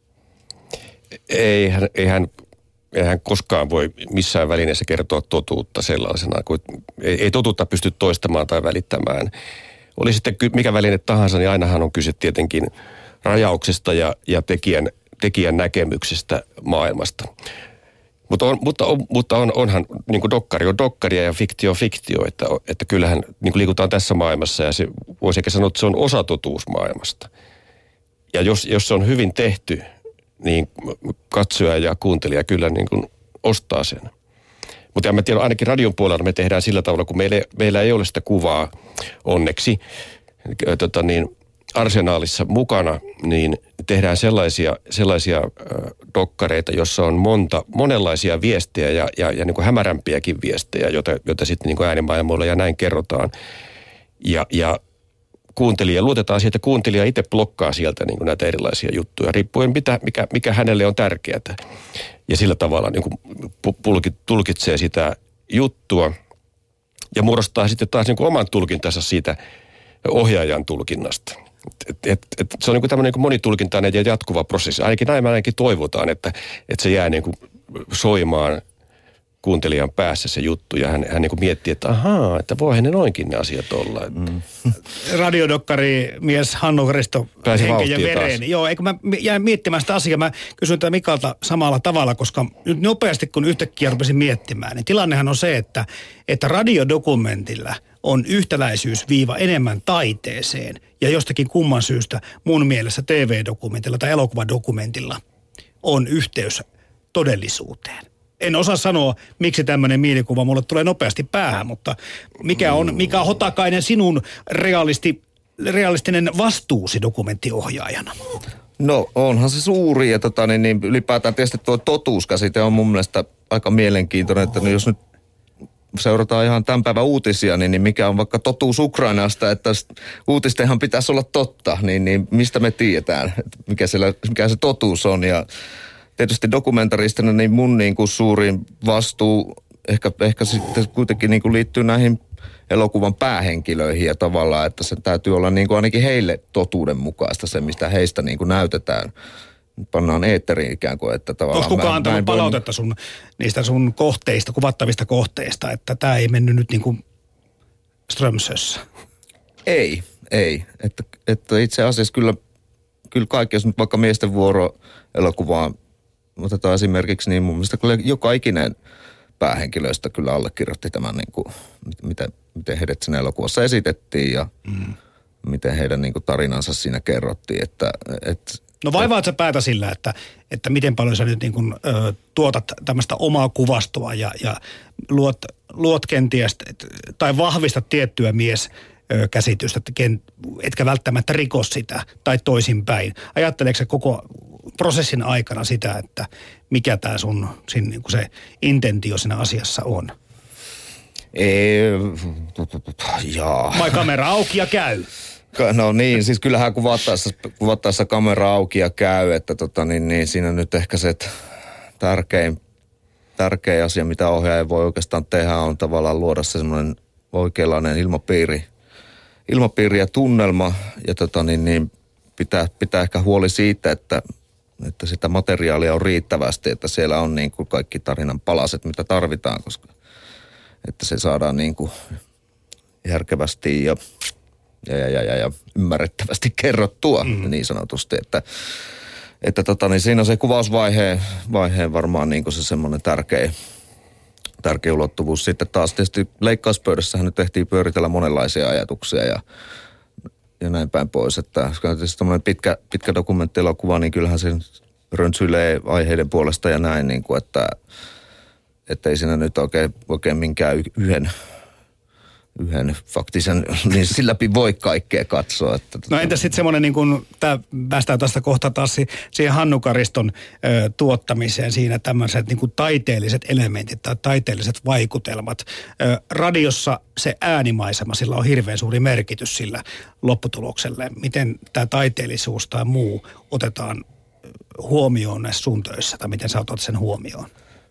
Speaker 3: Eihän... eihän... Eihän koskaan voi missään välineessä kertoa totuutta sellaisena, kun ei, ei totuutta pysty toistamaan tai välittämään. Oli sitten mikä väline tahansa, niin ainahan on kyse tietenkin rajauksesta ja, ja tekijän, tekijän näkemyksestä maailmasta. Mutta, on, mutta, on, mutta on, onhan niin kuin dokkari on dokkaria ja fiktio on fiktio, että, että kyllähän niin kuin liikutaan tässä maailmassa ja se voisi ehkä sanoa, että se on osa totuusmaailmasta. Ja jos, jos se on hyvin tehty, niin katsoja ja kuuntelija kyllä niin kuin ostaa sen. Mutta mä tiedän, ainakin radion puolella me tehdään sillä tavalla, kun meillä, meillä ei ole sitä kuvaa onneksi tota niin, arsenaalissa mukana, niin tehdään sellaisia, sellaisia äh, dokkareita, jossa on monta, monenlaisia viestejä ja, ja, ja niin kuin hämärämpiäkin viestejä, joita, joita sitten niin kuin äänimaailmoilla ja näin kerrotaan. Ja, ja kuuntelija, luotetaan siitä, kuuntelija itse blokkaa sieltä niin kuin näitä erilaisia juttuja, riippuen mitä, mikä, mikä hänelle on tärkeää. Ja sillä tavalla niin kuin pulkit, tulkitsee sitä juttua ja muodostaa sitten taas niin kuin oman tulkintansa siitä ohjaajan tulkinnasta. Et, et, et, se on niin kuin tämmöinen niin kuin monitulkintainen ja jatkuva prosessi. Ainakin näin me ainakin toivotaan, että, että se jää niin kuin soimaan kuuntelijan päässä se juttu ja hän, hän niin kuin miettii, että ahaa, että voihan ne noinkin ne asiat olla. Mm.
Speaker 1: Radiodokkari mies Hannu Risto henken ja veren. Taas. Joo, eikö mä jäin miettimään sitä asiaa. Mä kysyin tätä Mikalta samalla tavalla, koska nyt nopeasti kun yhtäkkiä rupesin miettimään, niin tilannehan on se, että, että radiodokumentilla on yhtäläisyysviiva enemmän taiteeseen ja jostakin kumman syystä mun mielestä T V-dokumentilla tai elokuvadokumentilla on yhteys todellisuuteen. En osaa sanoa, miksi tämmöinen mielikuva mulle tulee nopeasti päähän, mutta mikä on, Mika Hotakainen, sinun realisti, realistinen vastuusi dokumenttiohjaajana?
Speaker 2: No onhan se suuri ja tota, niin, niin ylipäätään tietysti tuo totuuskäsite on mun mielestä aika mielenkiintoinen, että no jos nyt seurataan ihan tämän päivän uutisia, niin, niin mikä on vaikka totuus Ukrainasta, että uutistenhan pitäisi olla totta, niin, niin mistä me tiedetään, että mikä, siellä, mikä se totuus on. Ja tietysti dokumentaristina niin mun niin kuin suurin vastuu ehkä, ehkä sitten kuitenkin niin kuin liittyy näihin elokuvan päähenkilöihin ja tavallaan, että se täytyy olla niin kuin ainakin heille totuudenmukaista se, mistä heistä niin kuin näytetään. Pannaan eetteriin ikään kuin, että tavallaan...
Speaker 1: Onko kukaan antanut palautetta sun, niistä sun kohteista, kuvattavista kohteista, että tämä ei mennyt nyt niin kuin Strömsössä?
Speaker 2: Ei, ei. Että, että itse asiassa kyllä, kyllä kaikki, jos nyt vaikka miesten vuoro-elokuvaa otetaan esimerkiksi, niin mun mielestä kyllä joka ikinen päähenkilöistä kyllä allekirjoitti tämän, niin kuin, miten, miten heidät siinä elokuvassa esitettiin ja mm. miten heidän niin kuin tarinansa siinä kerrottiin, että... että
Speaker 1: no vaivaat sä päätä sillä, että, että miten paljon sä nyt niin kuin, ö, tuotat tämmöistä omaa kuvastoa ja, ja luot, luot kenties tai vahvistat tiettyä mieskäsitystä, että ken, etkä välttämättä riko sitä tai toisinpäin. Ajatteleeko sä koko prosessin aikana sitä, että mikä tämä sun sin, niin kuin se intentio siinä asiassa on?
Speaker 2: Ei, jaa.
Speaker 1: Vai kamera auki ja käy?
Speaker 2: No niin, siis kyllähän kuvattaessa, kuvattaessa kamera auki ja käy, että tota, niin, niin, siinä nyt ehkä se tärkein, tärkein asia, mitä ohjaaja voi oikeastaan tehdä, on tavallaan luoda se semmoinen oikeanlainen ilmapiiri, ilmapiiri ja tunnelma, ja tota, niin, niin, pitää, pitää ehkä huoli siitä, että, että sitä materiaalia on riittävästi, että siellä on niin kuin kaikki tarinan palaset, mitä tarvitaan, koska että se saadaan niin kuin järkevästi ja Ja, ja, ja, ja ymmärrettävästi kerrottua mm. niin sanotusti, että, että tota, niin siinä on se kuvausvaiheen vaiheen varmaan niin kuin se semmoinen tärkeä, tärkeä ulottuvuus. Sitten taas tietysti leikkauspöydässähän nyt tehtiin pyöritellä monenlaisia ajatuksia ja, ja näin päin pois, että tietysti tämmöinen pitkä, pitkä dokumenttielokuva, niin kyllähän se rönsyilee aiheiden puolesta ja näin, niin kuin, että, että ei siinä nyt oikein, oikein minkään yhden yhden faktisen, niin sillä läpi voi kaikkea katsoa. Että
Speaker 1: no entäs sitten semmoinen, niin kuin, tämä päästään tästä kohta taas siihen Hannu Kariston ö, tuottamiseen, siinä tämmöiset niin kuin taiteelliset elementit tai taiteelliset vaikutelmat. Ö, radiossa se äänimaisema, sillä on hirveän suuri merkitys sillä lopputulokselle. Miten tämä taiteellisuus tai muu otetaan huomioon näissä sun töissä, tai miten sä otat sen huomioon?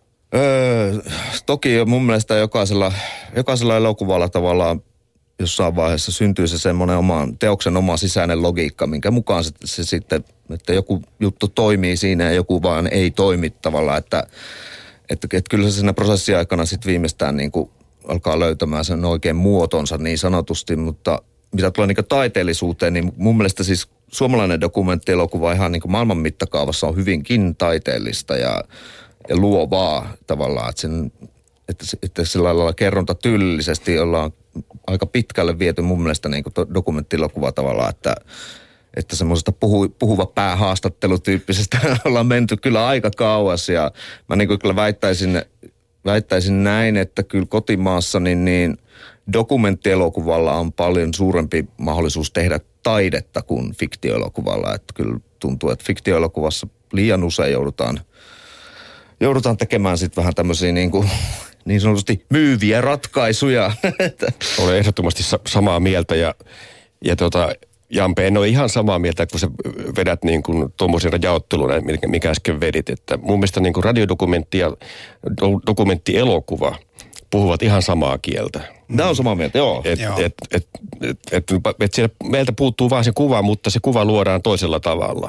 Speaker 2: Öö, toki mun mielestä jokaisella, jokaisella elokuvalla tavallaan jossain vaiheessa syntyy se semmoinen oma, teoksen oma sisäinen logiikka, minkä mukaan se, se sitten, että joku juttu toimii siinä ja joku vaan ei toimi tavallaan, että, että, että kyllä se siinä prosessin aikana sitten viimeistään niin kuin alkaa löytämään sen oikein muotonsa niin sanotusti, mutta mitä tulee niin kuin taiteellisuuteen, niin mun mielestä siis suomalainen dokumenttielokuva ihan niin kuin maailman mittakaavassa on hyvinkin taiteellista ja ja luovaa tavallaan, että, sen, että, että sillä lailla kerronta tyylillisesti ollaan aika pitkälle viety mun mielestä niin kuin dokumenttilokuva tavallaan, että, että semmoisesta puhu, puhuva päähaastattelutyyppisestä ollaan menty kyllä aika kauas ja mä niin kuin kyllä väittäisin, väittäisin näin, että kyllä kotimaassa niin, niin dokumenttielokuvalla on paljon suurempi mahdollisuus tehdä taidetta kuin fiktioelokuvalla, että kyllä tuntuu, että fiktioelokuvassa liian usein joudutaan Joudutaan tekemään sitten vähän tämmöisiä niin, kuin, niin sanotusti myyviä ratkaisuja.
Speaker 3: Olen ehdottomasti sa- samaa mieltä ja, ja tota, Jampe, en ole ihan samaa mieltä, kun sä vedät niin kuin tuommoisena jaotteluna, mikä äsken vedit. Että mun mielestä niin kuin radiodokumentti ja do- dokumenttielokuva puhuvat ihan samaa kieltä.
Speaker 2: Tämä on samaa mieltä, joo.
Speaker 3: Et, joo. Et, et, et, et, et, et siellä meiltä puuttuu vaan se kuva, mutta se kuva luodaan toisella tavalla.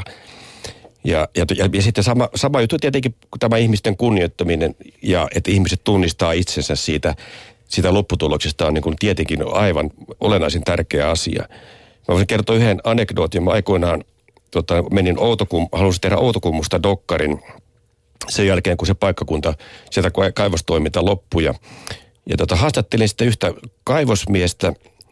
Speaker 3: Ja, ja, ja, ja sitten sama, sama juttu tietenkin tämä ihmisten kunnioittaminen ja että ihmiset tunnistaa itsensä siitä, siitä lopputuloksesta on niin kuin tietenkin aivan olennaisen tärkeä asia. Mä voisin kertoa yhden anekdootin. Mä aikoinaan tota, menin Outokum, halusin tehdä Outokummusta dokkarin sen jälkeen, kun se paikkakunta, sieltä kaivostoiminta loppui. Ja, ja tota, haastattelin sitten yhtä kaivosmiestä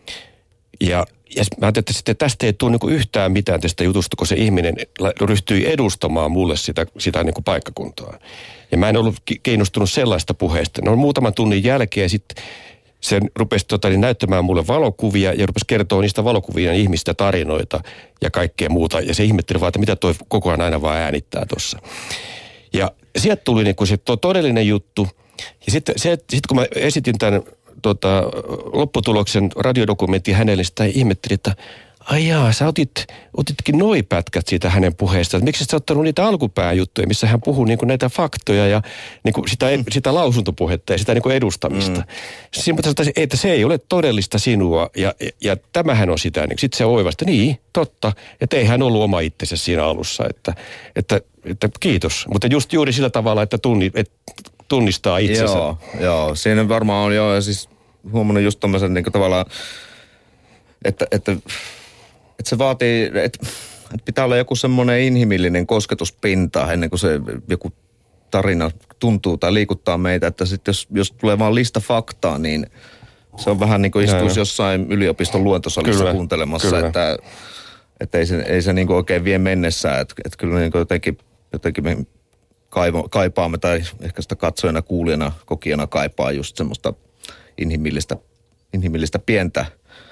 Speaker 3: ja Ja mä ajattelin, että sitten tästä ei tule niinku yhtään mitään tästä jutusta, kun se ihminen ryhtyi edustamaan mulle sitä, sitä niinku paikkakuntaa. Ja mä en ollut kiinnostunut sellaista puheesta. No muutaman tunnin jälkeen sitten se rupesi tota, niin näyttämään mulle valokuvia ja rupesi kertoa niistä valokuvien ihmistä tarinoita ja kaikkea muuta. Ja se ihmetteli vaan, että mitä toi koko ajan aina vaan äänittää tuossa. Ja sieltä tuli niinku se to, todellinen juttu. Ja sitten sit kun mä esitin tämän tota, lopputuloksen radiodokumentin hänelle, niin sitä ihmetteli, että ai jaa, sä otit, otitkin noi pätkät siitä hänen puheestaan. Miksi sä ottanut niitä alkupääjuttuja, missä hän puhuu niinku näitä faktoja ja niinku sitä, mm. sitä lausuntopuhetta ja sitä niinku edustamista. Mm. Sitten että se ei ole todellista sinua ja, ja, ja tämähän on sitä. Niin sitten se oivasta, niin totta, että ei hän ollut oma itsensä siinä alussa. Että, että, että kiitos, mutta just juuri sillä tavalla, että, tunni, että tunnistaa itsensä.
Speaker 2: Joo, joo, siinä varmaan on joo ja siis huomannut just tommoisen niinku tavallaan, että, että Että se vaatii, että pitää olla joku semmoinen inhimillinen kosketuspinta ennen kuin se joku tarina tuntuu tai liikuttaa meitä. Että sitten jos, jos tulee vaan lista faktaa, niin se on vähän niin kuin istuisi jossain yliopiston luentosalissa kyllä, kuuntelemassa. Kyllä. Että, että ei se, ei se niin kuin oikein vie mennessään. Että, että kyllä niin kuin jotenkin, jotenkin me kaiva, kaipaamme tai ehkä sitä katsojana, kuulijana, kokijana kaipaa just semmoista inhimillistä, inhimillistä pientä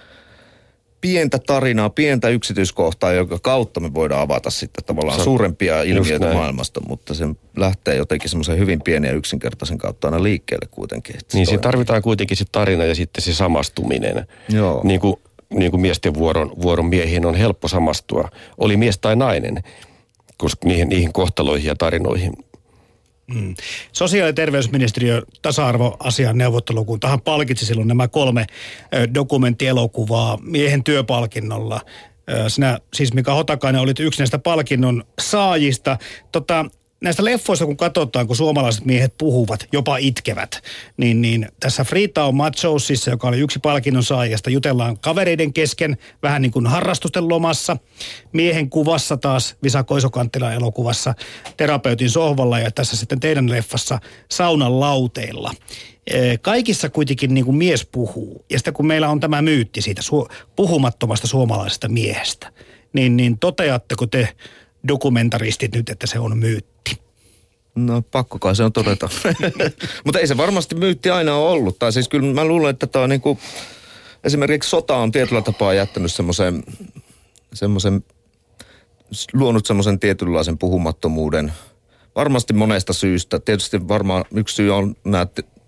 Speaker 2: pientä tarinaa, pientä yksityiskohtaa, joka kautta me voidaan avata sitten tavallaan se suurempia ilmiöitä maailmasta, mutta se lähtee jotenkin semmoisen hyvin pienen ja yksinkertaisen kautta aina liikkeelle kuitenkin.
Speaker 3: Niin siinä tarvitaan kuitenkin se tarina ja sitten se samastuminen.
Speaker 2: Joo.
Speaker 3: Niin kuin, niin kuin miesten vuoron, vuoron miehiin on helppo samastua. Oli mies tai nainen, koska niihin, niihin kohtaloihin ja tarinoihin.
Speaker 1: Mm. Sosiaali- ja terveysministeriö tasa-arvoasian neuvottelukuntahan palkitsi silloin nämä kolme ö, dokumenttielokuvaa miehen työpalkinnolla. Ö, sinä siis Mika Hotakainen olit yksi näistä palkinnon saajista. Tota, näistä leffoista kun katsotaan, kun suomalaiset miehet puhuvat, jopa itkevät, niin, niin tässä Freetown Machosissa, joka oli yksi palkinnon saajista, jutellaan kavereiden kesken, vähän niin kuin harrastusten lomassa. Miehen kuvassa taas, Visa Koiso-Kanttilan elokuvassa, terapeutin sohvalla ja tässä sitten teidän leffassa saunan lauteilla. Kaikissa kuitenkin niin kuin mies puhuu. Ja sitten kun meillä on tämä myytti siitä su- puhumattomasta suomalaisesta miehestä, niin, niin toteatteko te dokumentaristit nyt, että se on myytti?
Speaker 2: No pakko kai se on todeta. Mutta ei se varmasti myytti aina ole ollut. Tai siis kyllä mä luulen, että tämä on niinku, esimerkiksi sota on tietyllä tapaa jättänyt semmoisen, semmoisen, luonut semmoisen tietynlaisen puhumattomuuden. Varmasti monesta syystä. Tietysti varmaan yksi syy on nämä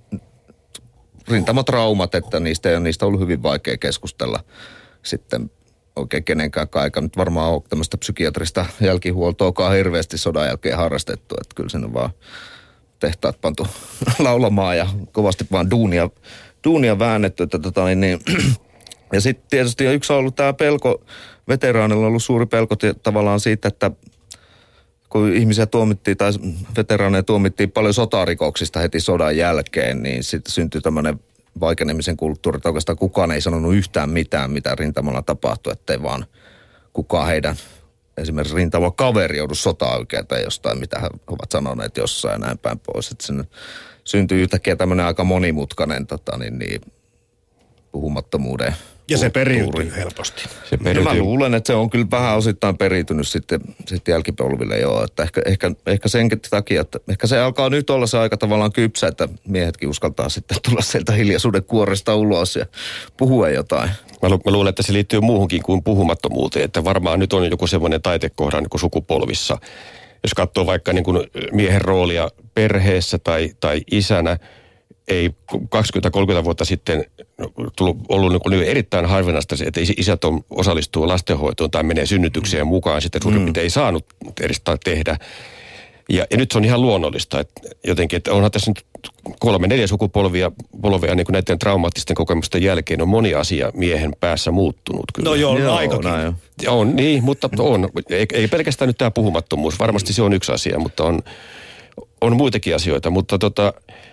Speaker 2: rintamatraumat, että niistä ei ole niistä ollut hyvin vaikea keskustella sitten oikein kenenkään aika. Nyt varmaan ole tämmöistä psykiatrista jälkihuoltoakaan hirveästi sodan jälkeen harrastettu. Että kyllä sen on vaan tehtaat pantu laulamaan ja kovasti vaan duunia, duunia väännetty. Että tota, niin, ja sitten tietysti yksi on ollut tämä pelko, veteraanilla on ollut suuri pelko tavallaan siitä, että kun ihmisiä tuomittiin tai veteraaneja tuomittiin paljon sotarikoksista heti sodan jälkeen, niin sitten syntyi tämmöinen vaikenemisen kulttuuri, että oikeastaan kukaan ei sanonut yhtään mitään, mitä rintamalla tapahtui, ettei vaan kukaan heidän esimerkiksi rintama kaveri joudu sota-oikein tai jostain, mitä he ovat sanoneet jossain ja näin päin pois. Että sen syntyi yhtäkkiä tämmöinen aika monimutkainen tota, niin, niin, puhumattomuuden
Speaker 1: ja se periytyy helposti.
Speaker 2: Se periytyy. Mä luulen, että se on kyllä vähän osittain periytynyt sitten, sitten jälkipolville joo. Että ehkä, ehkä, ehkä senkin takia, että ehkä se alkaa nyt olla se aika tavallaan kypsä, että miehetkin uskaltaa sitten tulla sieltä hiljaisuuden kuoresta ulos ja puhua jotain.
Speaker 3: Mä, lu- mä luulen, että se liittyy muuhunkin kuin puhumattomuuteen, että varmaan nyt on joku semmoinen taitekohdan niin kuin sukupolvissa. Jos katsoo vaikka niin kuin miehen roolia perheessä tai, tai isänä, ei kaksikymmentä kolmekymmentä vuotta sitten tullut, ollut niin erittäin harvinaista, että isät on, osallistuu lastenhoitoon tai menee synnytykseen mukaan, sitten suurin piirtein ei saanut edes tehdä. Ja, ja nyt se on ihan luonnollista, että jotenkin, että onhan tässä nyt kolme, neljä sukupolvia polvia niin kuin näiden traumaattisten kokemusten jälkeen on moni asia miehen päässä muuttunut. Kyllä.
Speaker 1: No joo, joo aikakin.
Speaker 2: Näin.
Speaker 3: On, niin, mutta on. Ei, ei pelkästään nyt tämä puhumattomuus, varmasti se on yksi asia, mutta on, on muitakin asioita, mutta tota...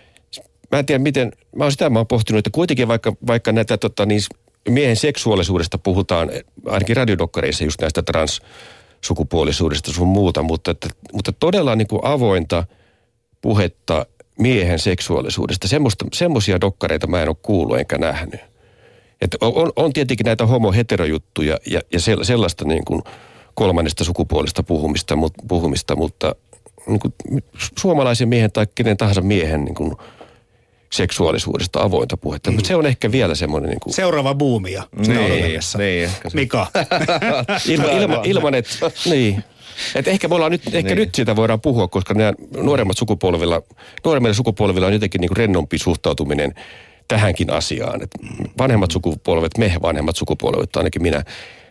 Speaker 3: Mä en tiedä miten, mä oon sitä mä oon pohtinut, että kuitenkin vaikka, vaikka näitä tota, niin miehen seksuaalisuudesta puhutaan, ainakin radiodokkareissa just näistä transsukupuolisuudesta sun muuta, mutta, että, mutta todella niin kuin avointa puhetta miehen seksuaalisuudesta, semmoista, semmoisia dokkareita mä en ole kuullut enkä nähnyt. Että on, on tietenkin näitä homo-heterojuttuja ja, ja sellaista niin kuin kolmannesta sukupuolesta puhumista, puhumista mutta niin kuin suomalaisen miehen tai kenen tahansa miehen niin kuin seksuaalisuudesta avointa puhetta. Mm. Mutta se on ehkä vielä semmoinen niin kuin...
Speaker 1: Seuraava buumia.
Speaker 2: Niin, niin.
Speaker 1: Mika.
Speaker 3: Ilma, ilma, ilman, että... Niin. Et ehkä me ollaan nyt, ehkä niin. nyt siitä voidaan puhua, koska nämä nuoremmat sukupolvilla, nuoremmilla sukupolvilla on jotenkin niin kuin rennompi suhtautuminen tähänkin asiaan. Et vanhemmat sukupolvet, me vanhemmat sukupolvet, ainakin minä,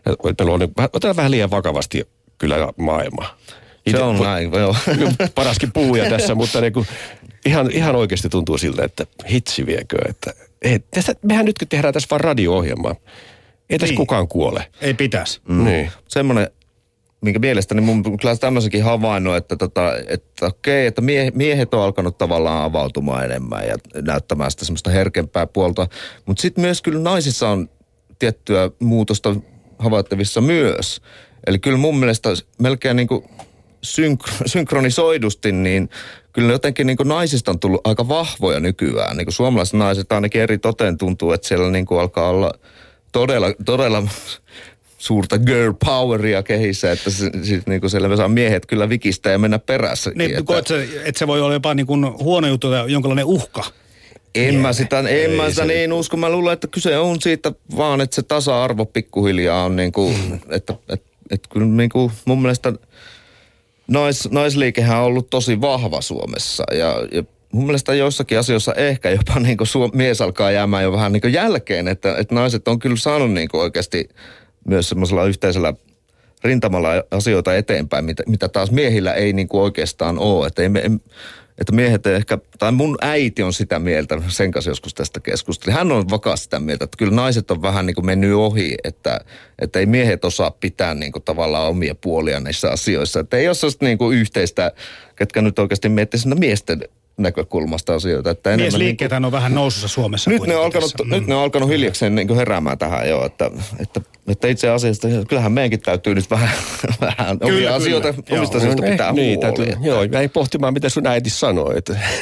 Speaker 3: otetaan vähän liian vakavasti kyllä maailma.
Speaker 2: Ite, se on po- näin, joo.
Speaker 3: Paraskin puhuja tässä, mutta niin kuin, ihan, ihan oikeasti tuntuu siltä, että hitsi viekö, että ei, tästä, mehän nyt tehdään tässä vaan radio-ohjelmaa. Ei tässä niin. kukaan kuole.
Speaker 1: Ei pitäisi.
Speaker 2: Mm. Niin. Semmoinen, minkä mielestäni mun kyllä tämmöisenkin havainnon, että, tota, että okei, että mie, miehet on alkanut tavallaan avautumaan enemmän ja näyttämään sitä semmoista herkempää puolta. Mutta sitten myös kyllä naisissa on tiettyä muutosta havaittavissa myös. Eli kyllä mun mielestä melkein niin kuin synkro, synkronisoidusti, niin kyllä jotenkin niin kuin naisista on tullut aika vahvoja nykyään. Niin kuin suomalaiset naiset ainakin eri toteen tuntuu, että siellä niin kuin alkaa olla todella, todella suurta girl poweria kehissä, että se, siis niin kuin siellä saa miehet kyllä vikistää ja mennä perässäkin.
Speaker 1: Niin,
Speaker 2: että,
Speaker 1: että, se, että se voi olla jopa niin kuin huono juttu tai jonkinlainen uhka.
Speaker 2: En mä sitä, en mä sitä niin usko. Mä luulen, että kyse on siitä vaan, että se tasa-arvo pikkuhiljaa on niin kuin, mm. että, että, että kyllä niin kuin mun mielestä nais, naisliikehän on ollut tosi vahva Suomessa ja, ja mun mielestä joissakin asioissa ehkä jopa niin kuin suom- mies alkaa jäämään jo vähän niin kuin jälkeen, että, että naiset on kyllä saanut niin kuin oikeasti myös semmoisella yhteisellä rintamalla asioita eteenpäin, mitä, mitä taas miehillä ei niin kuin oikeastaan ole. Että, ei me, että miehet ehkä, tai mun äiti on sitä mieltä, sen kanssa joskus tästä keskustelin. Hän on vakaasti sitä mieltä, että kyllä naiset on vähän niin kuin mennyt ohi, että, että ei miehet osaa pitää niin kuin tavallaan omia puolia näissä asioissa. Että ei ole sellaista niin kuin yhteistä, ketkä nyt oikeasti miettii sinne miesten näkökulmasta asioita. Että
Speaker 1: miesliikkeethän niin on vähän nousussa Suomessa.
Speaker 2: Nyt ne, on alkanut,
Speaker 1: tässä.
Speaker 2: nyt ne on alkanut hiljakseen niin heräämään tähän jo, että, että, että itse asiassa kyllähän meidänkin täytyy nyt vähän, vähän kyllä, omia asioita, kyllä. omista asioista pitää eh, niin, huoli. Täytyy,
Speaker 3: joo, jäi pohtimaan, mitä sun äiti sanoi.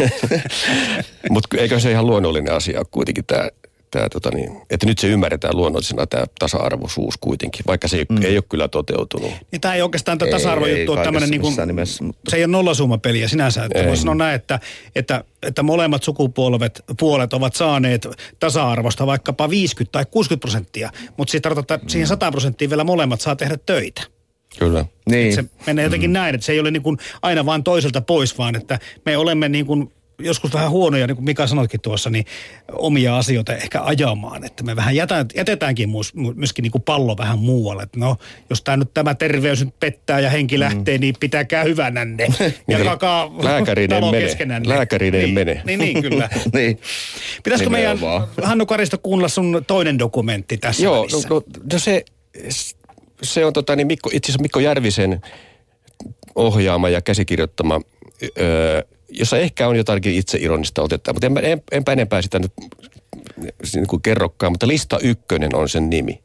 Speaker 3: Mutta eikö se ihan luonnollinen asia kuitenkin tämä, tää, tota niin, että nyt se ymmärretään luonnollisena tämä tasa-arvoisuus kuitenkin, vaikka se ei, mm. ei ole kyllä toteutunut.
Speaker 1: Niin tämä ei oikeastaan tämä tasa-arvojuttu ole tämmöinen, niin kuin, nimessä, mutta... se ei ole nollasummapeliä sinänsä. Että voisi sanoa näin, että, että, että molemmat sukupolvet, puolet ovat saaneet tasa-arvosta vaikkapa viisikymmentä tai kuusikymmentä prosenttia, mutta siitä tarkoittaa, että siihen sata prosenttia vielä molemmat saa tehdä töitä.
Speaker 3: Kyllä.
Speaker 2: Niin.
Speaker 1: Se menee jotenkin mm. näin, että se ei ole niin kuin aina vaan toiselta pois, vaan että me olemme niin kuin joskus vähän huonoja, niin kuin Mika sanoitkin tuossa, niin omia asioita ehkä ajamaan. Että me vähän jätään, jätetäänkin myöskin niin kuin pallo vähän muualle. Että no, jos tämä nyt tämä terveys nyt pettää ja henki lähtee, mm. niin pitäkää hyvänänne. Jakakaa talo keskenänne.
Speaker 3: Lääkäriin ei
Speaker 1: niin,
Speaker 3: mene.
Speaker 1: Niin, niin kyllä.
Speaker 2: niin.
Speaker 1: Pitäisikö meidän Hannu Karisto kuunnella sun toinen dokumentti tässä
Speaker 3: Joo,
Speaker 1: välissä?
Speaker 3: no, no se, se on tota, niin Mikko, itse asiassa Mikko Järvisen ohjaama ja käsikirjoittama, öö, jossa ehkä on jotakin itseironista otetta, mutta en, en, enpä enempää sitä nyt niin kuin kerrokkaan, mutta Lista ykkönen on sen nimi.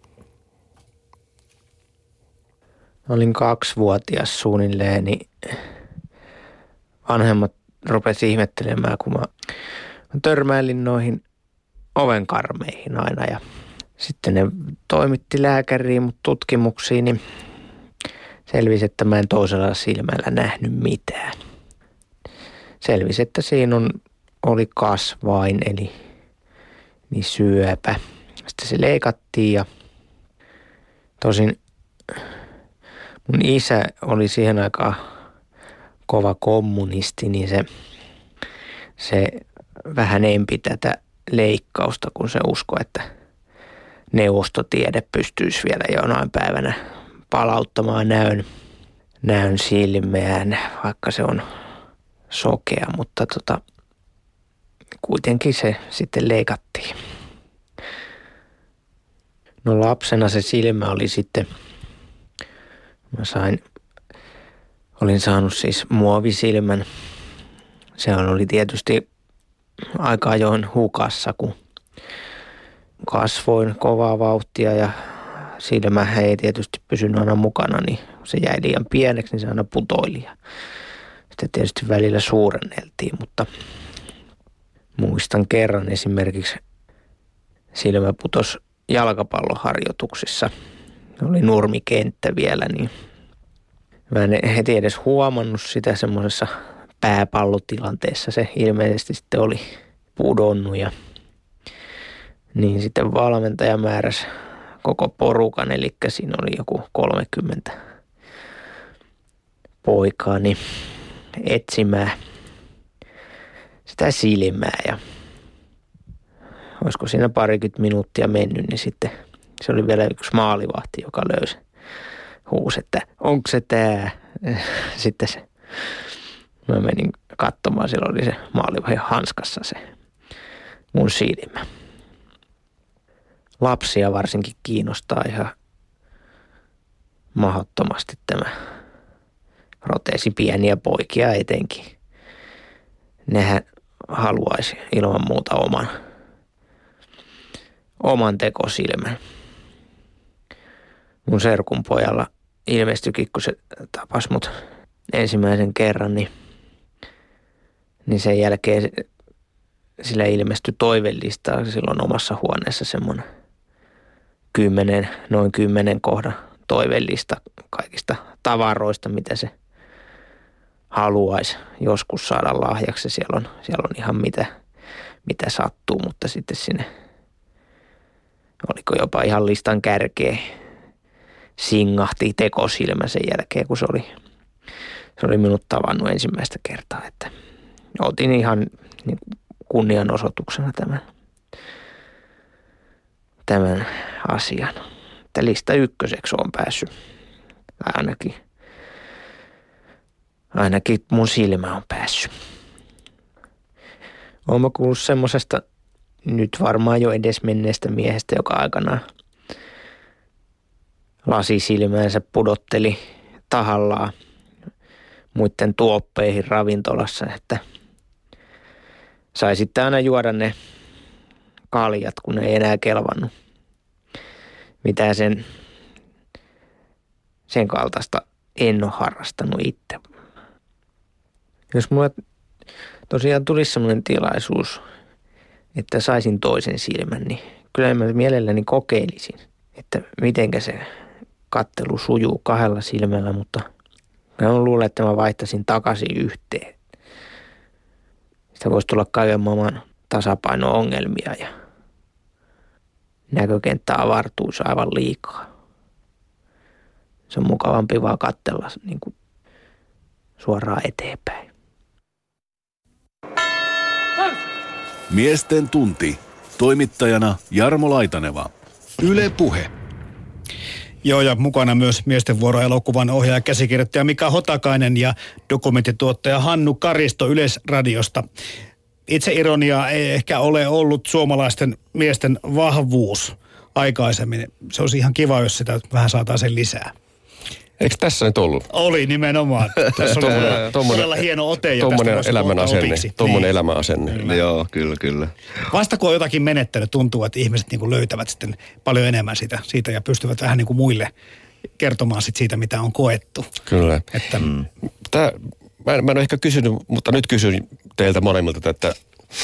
Speaker 8: Olin kaksivuotias suunnilleen, niin vanhemmat rupesi ihmettelemään, kun mä törmäilin noihin ovenkarmeihin aina. Ja sitten ne toimitti lääkäriin mut tutkimuksiin, niin selvisi, että mä en toisella silmällä nähnyt mitään. Selvisi, että siinä on, oli kasvain, eli niin syöpä. Sitten se leikattiin ja tosin mun isä oli siihen aikaan kova kommunisti, niin se, se vähän empi tätä leikkausta, kun se uskoi, että neuvostotiede pystyisi vielä jonain päivänä palauttamaan näön, näön silmään, vaikka se on sokea, mutta tota, kuitenkin se sitten leikattiin. No lapsena se silmä oli sitten, mä sain, olin saanut siis muovisilmän. Se oli tietysti aika ajoin hukassa, kun kasvoin kovaa vauhtia ja silmä ei tietysti pysynyt aina mukana, niin se jäi liian pieneksi, niin se aina putoili. Sitä tietysti välillä suurenneltiin, mutta muistan kerran esimerkiksi silmä putosi jalkapalloharjoituksissa. Oli nurmikenttä vielä, niin mä en heti edes huomannut sitä semmoisessa pääpallotilanteessa. Se ilmeisesti sitten oli pudonnut ja niin sitten valmentaja määräsi koko porukan, eli siinä oli joku kolmekymmentä poikaa, niin etsimään sitä silmää ja olisiko siinä parikymmentä minuuttia mennyt, niin sitten se oli vielä yksi maalivahti, joka löysi, huusi, että onko se tää? Sitten se, mä menin katsomaan, siellä oli se maalivahti hanskassa se mun silmä. Lapsia varsinkin kiinnostaa ihan mahdottomasti tämä roteesi, pieniä poikia etenkin. Nehän haluaisi ilman muuta oman, oman tekosilmän. Mun serkun pojalla ilmestyikin, kun se tapasi mut ensimmäisen kerran, niin, niin sen jälkeen sillä ilmestyi toivelistaa silloin omassa huoneessa semmoinen kymmenen, noin kymmenen kohdan toivellista kaikista tavaroista, mitä se haluaisi joskus saada lahjaksi. Siellä on, siellä on ihan mitä, mitä sattuu, mutta sitten sinne, oliko jopa ihan listan kärkeä, singahti tekosilmä sen jälkeen, kun se oli, se oli minut tavannut ensimmäistä kertaa. Että otin ihan niin kunnianosoituksena tämän, tämän asian. Että lista ykköseksi on päässyt. Tai ainakin, ainakin mun silmä on päässyt. Olen mä kuullut semmosesta nyt varmaan jo edesmenneestä miehestä, joka aikanaan lasisilmäänsä pudotteli tahallaan muiden tuoppeihin ravintolassa, että sai sitten aina juoda ne kaljat, kun ei enää kelvannut mitään sen, sen kaltaista en ole harrastanut itse. Jos mulle tosiaan tulisi sellainen tilaisuus, että saisin toisen silmän, niin kyllä mä mielelläni kokeilisin, että mitenkä se kattelu sujuu kahdella silmällä, mutta mä luulen, että mä vaihtaisin takaisin yhteen. Sitä voisi tulla kaiken maailman tasapaino-ongelmia ja näkökenttä avartuisi aivan liikaa. Se on mukavampi vaan katsella niin kuin suoraan eteenpäin.
Speaker 7: Miesten tunti. Toimittajana Jarmo Laitaneva. Yle Puhe.
Speaker 1: Joo, ja mukana myös Miesten vuoro -elokuvan ohjaaja, käsikirjoittaja Mika Hotakainen ja dokumenttituottaja Hannu Karisto Yleisradiosta. Itseironia ei ehkä ole ollut suomalaisten miesten vahvuus aikaisemmin. Se olisi ihan kiva, jos sitä vähän saataisiin lisää.
Speaker 3: Eikö tässä nyt ollut?
Speaker 1: Oli nimenomaan. Tässä oli tommonen, todella hieno ote.
Speaker 3: Tuommoinen elämän asenne. Tuommoinen niin. elämän asenne.
Speaker 2: Kyllä. Joo, kyllä, kyllä.
Speaker 1: Vasta kun on jotakin menettänyt, tuntuu, että ihmiset niin kuin löytävät sitten paljon enemmän sitä, siitä ja pystyvät vähän niin kuin muille kertomaan sit siitä, mitä on koettu.
Speaker 3: Kyllä.
Speaker 1: Että,
Speaker 3: mm. Tää, mä, en, mä en ole ehkä kysynyt, mutta nyt kysyn teiltä molemmilta, että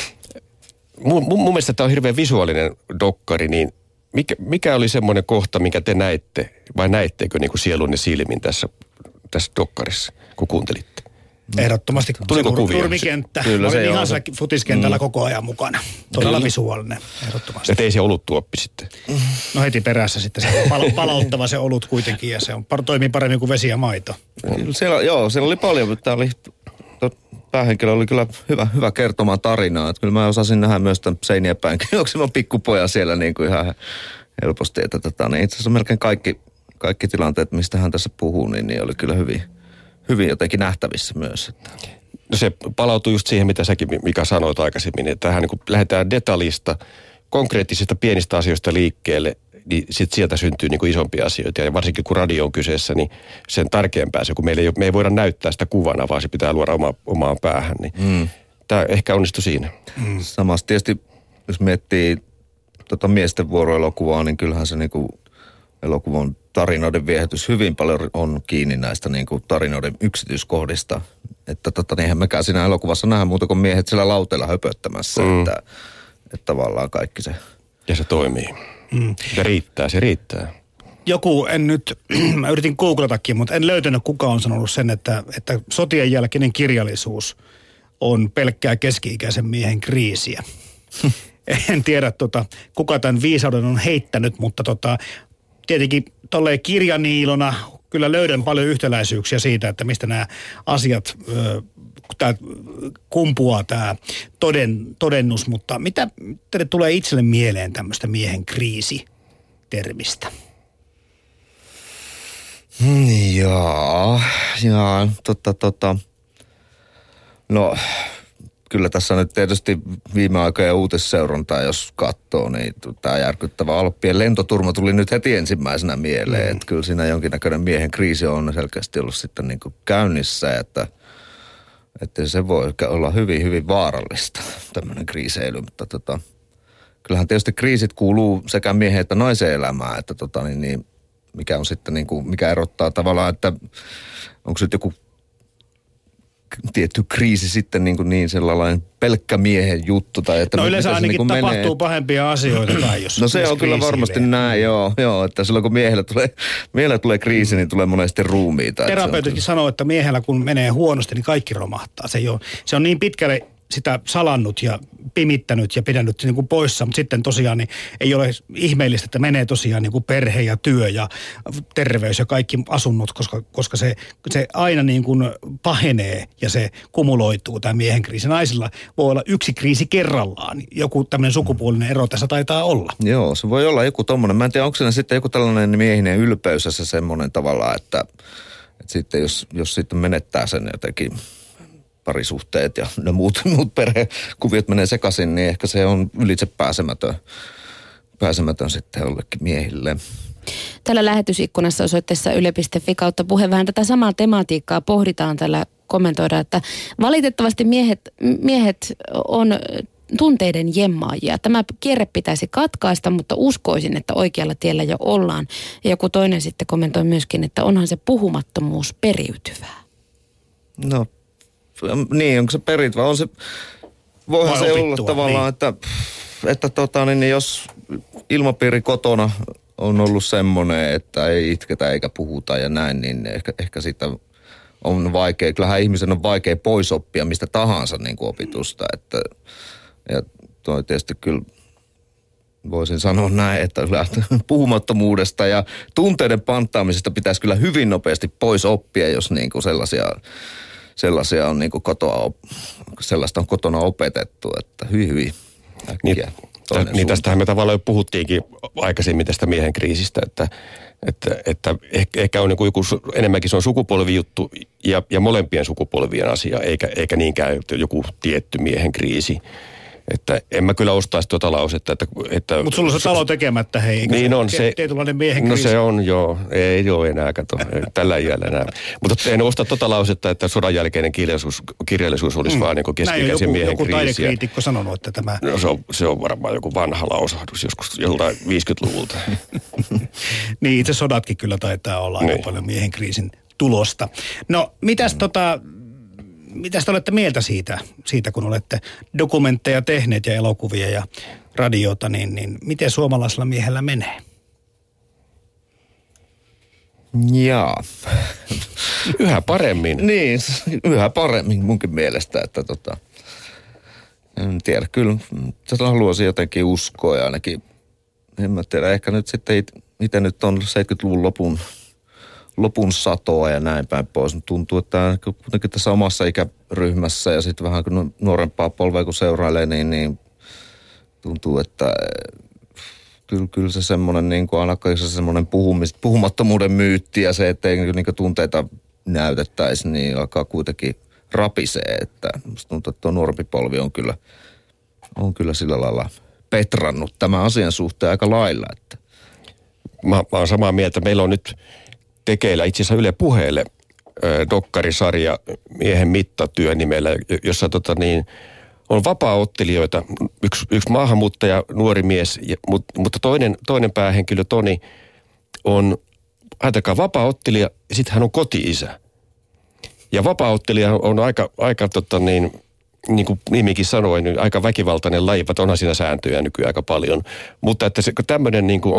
Speaker 3: mun, mun, mun mielestä tämä on hirveän visuaalinen dokkari, niin Mikä, mikä oli semmoinen kohta, minkä te näitte, vai näittekö niin kuin sielun ja silmin tässä, tässä dokkarissa, kun kuuntelitte?
Speaker 1: Ehdottomasti.
Speaker 3: Tuliko kuvia?
Speaker 1: Nurmikenttä.
Speaker 2: Kyllä
Speaker 1: Olin
Speaker 2: se
Speaker 1: ihan
Speaker 2: on.
Speaker 1: futiskentällä
Speaker 2: mm.
Speaker 1: koko ajan mukana. Todella Kyllä. visuaalinen, ehdottomasti.
Speaker 3: Ja ei se olut tuoppi sitten?
Speaker 1: No heti perässä sitten se pal- palauttava se olut kuitenkin, ja se on, toimii paremmin kuin vesi ja maito.
Speaker 2: Kyllä siellä, joo, siellä oli paljon, mutta tämä oli... Päähenkilö oli kyllä hyvä, hyvä kertomaan tarinaa. Että kyllä mä osasin nähdä myös tämän seinien päin juoksevan pikkupoja siellä niin kuin ihan helposti. Että tota, niin itse asiassa melkein kaikki, kaikki tilanteet, mistä hän tässä puhuu, niin, niin oli kyllä hyvin, hyvin jotenkin nähtävissä myös. Että.
Speaker 3: No se palautuu just siihen, mitä säkin Mika sanoit aikaisemmin, että tähän niin kuin lähdetään detaljista, konkreettisista pienistä asioista liikkeelle, niin sitten sieltä syntyy niin kuin isompia asioita. Ja varsinkin kun radio on kyseessä, niin sen tärkeämpää se, kun meillä ei, me ei voida näyttää sitä kuvana, vaan se pitää luoda oma, omaan päähän. Niin mm. Tämä ehkä onnistui siinä.
Speaker 2: Mm. Samassa tietysti, jos miettii tota miesten vuoroelokuvaa, niin kyllähän se niin kuin elokuvan tarinoiden viehätys hyvin paljon on kiinni näistä niin kuin tarinoiden yksityiskohdista. Että tota, niinhän mekään siinä elokuvassa nähdä muuta kuin miehet siellä lauteella höpöttämässä, mm. että, että tavallaan kaikki se.
Speaker 3: Ja se toimii. Mm. Se riittää, se riittää.
Speaker 1: Joku, en nyt, mä yritin googlatakin, mutta en löytänyt kuka on sanonut sen, että, että sotien jälkeinen kirjallisuus on pelkkää keski-ikäisen miehen kriisiä. En tiedä, tota, kuka tämän viisauden on heittänyt, mutta tota, tietenkin tolleen kirjaniilona kyllä löydän paljon yhtäläisyyksiä siitä, että mistä nämä asiat ö, tää, kumpuaa tämä toden, todennus. Mutta mitä teille tulee itselle mieleen tämmöistä miehen kriisi-termistä?
Speaker 2: Jaa, jaa, tota, tota. No, kyllä tässä nyt tietysti viime aikojen uutisseurantaa, jos katsoo, niin tämä järkyttävä Alppien lentoturma tuli nyt heti ensimmäisenä mieleen. Mm. Että kyllä siinä jonkinnäköinen miehen kriisi on selkeästi ollut sitten niin kuin käynnissä, että, että se voi olla hyvin, hyvin vaarallista, tämmöinen kriiseily. Mutta tota, kyllähän tietysti kriisit kuuluu sekä miehen että naisen elämään, että tota, niin, niin, mikä on sitten niin kuin, mikä erottaa tavallaan, että onko se joku tietty kriisi sitten niin, kuin niin sellainen pelkkä miehen juttu. Tai että
Speaker 1: no yleensä ainakin niin tapahtuu menee. Pahempia asioita. Tai jos
Speaker 2: no se on kyllä varmasti näin, joo, joo. Että silloin kun miehellä tulee, miehellä tulee kriisi, niin tulee monesti ruumiita.
Speaker 1: Terapeutitkin sanoo, että miehellä kun menee huonosti, niin kaikki romahtaa. Se, ei ole, se on niin pitkälle sitä salannut ja pimittänyt ja pidännyt niin kuin poissa, mutta sitten tosiaan niin ei ole ihmeellistä, että menee tosiaan niin kuin perhe ja työ ja terveys ja kaikki asunnot, koska, koska se, se aina niin kuin pahenee ja se kumuloituu tämä miehen kriisi. Naisilla voi olla yksi kriisi kerrallaan. Joku tämmöinen sukupuolinen ero tässä taitaa olla.
Speaker 2: Joo, se voi olla joku tommoinen. Mä en tiedä, onko siinä sitten joku tällainen miehinen ylpeys ja se semmoinen tavalla, että, että sitten jos, jos sitten menettää sen jotenkin parisuhteet ja ne muut, muut perhekuviot menee sekaisin, niin ehkä se on ylitse pääsemätön, pääsemätön sitten jollekin miehille.
Speaker 4: Tällä lähetysikkunassa osoitteessa yle piste fi kautta puhe vähän tätä samaa tematiikkaa pohditaan tällä kommentoida, että valitettavasti miehet, miehet on tunteiden jemmaajia. Tämä kierre pitäisi katkaista, mutta uskoisin, että oikealla tiellä jo ollaan. Ja joku toinen sitten kommentoi myöskin, että onhan se puhumattomuus periytyvää.
Speaker 2: No, niin, onko se perittävä? On se, voihan se olla tavallaan, niin. että, että tota, niin, jos ilmapiiri kotona on ollut semmoinen, että ei itketä eikä puhuta ja näin, niin ehkä, ehkä sitä on vaikea. Kyllähän ihmisen on vaikea pois oppia mistä tahansa niin kuin opitusta. Että, ja toi tietysti kyllä voisin sanoa näin, että puhumattomuudesta ja tunteiden panttaamisesta pitäisi kyllä hyvin nopeasti pois oppia, jos niin kuin sellaisia... Sellaisia on niin kuin kotoa, sellaista on kotona opetettu, että hyvin, hyvin äkkiä.
Speaker 3: Niin, niin tästähän me tavallaan jo puhuttiinkin aikaisemmin tästä miehen kriisistä, että, että, että ehkä, ehkä on niin kuin joku, enemmänkin se on sukupolvijuttu ja, ja molempien sukupolvien asia, eikä, eikä niinkään joku tietty miehen kriisi. Että en mä kyllä ostaisi tuota lausetta. Että, että
Speaker 1: mutta sulla on se talo tekemättä, hei.
Speaker 3: Niin on se.
Speaker 1: Tietynlainen miehen kriisi.
Speaker 3: No se on, joo. Ei ole enää, kato. Tällä iällä enää. Mutta en osta tuota lausetta, että sodan jälkeinen kirjallisuus, kirjallisuus olisi mm. vaan niin keski-ikäisen miehen
Speaker 1: joku,
Speaker 3: kriisiä.
Speaker 1: Joku taidekriitikko sanonut, että tämä...
Speaker 3: No se on, se on varmaan joku vanha lausahdus joskus joltain viisikymmentäluvulta.
Speaker 1: Niin, itse sodatkin kyllä taitaa olla niin. Aika paljon miehen kriisin tulosta. No, mitäs mm. tota... Mitäs te olette mieltä siitä, siitä, kun olette dokumentteja tehneet ja elokuvia ja radiota, niin, niin miten suomalaisella miehellä menee?
Speaker 2: Jaa.
Speaker 3: Yhä paremmin.
Speaker 2: Niin, yhä paremmin munkin mielestä, että tota, en tiedä, kyllä tätä haluaisin jotenkin uskoa ja ainakin, en mä tiedä, ehkä nyt sitten itse nyt on seitsemänkymmentäluvun lopun lopun satoa ja näin päin pois. Tuntuu, että kuitenkin tässä omassa ikäryhmässä ja sitten vähän kun nuorempaa polvea kun seurailee, niin, niin tuntuu, että kyllä, kyllä se semmoinen niin kuin ainakaan se semmoinen puhumis, puhumattomuuden myytti ja se, että ei niin kuin tunteita näytettäisi, niin alkaa kuitenkin rapisee. Että musta tuntuu, että tuo nuorempi polvi on kyllä, on kyllä sillä lailla petrannut tämän asian suhteen aika lailla. Että.
Speaker 3: Mä, mä oon samaa mieltä. Meillä on nyt tekeillä itse asiassa Yle Puheelle dokkarisarja Miehen mittatyö nimellä, jossa tota niin, on vapaa-ottelijoita, yksi, yksi maahanmuuttaja, nuori mies, mutta toinen, toinen päähenkilö Toni on, ajatelkaa, vapaa-ottelija ja sitten hän on koti-isä. Ja vapaa-ottelija on aika, aika tota niin, niin kuin nimikin sanoi, niin aika väkivaltainen laji, onhan siinä sääntöjä nykyään aika paljon. Mutta että se, tämmöinen niin kuin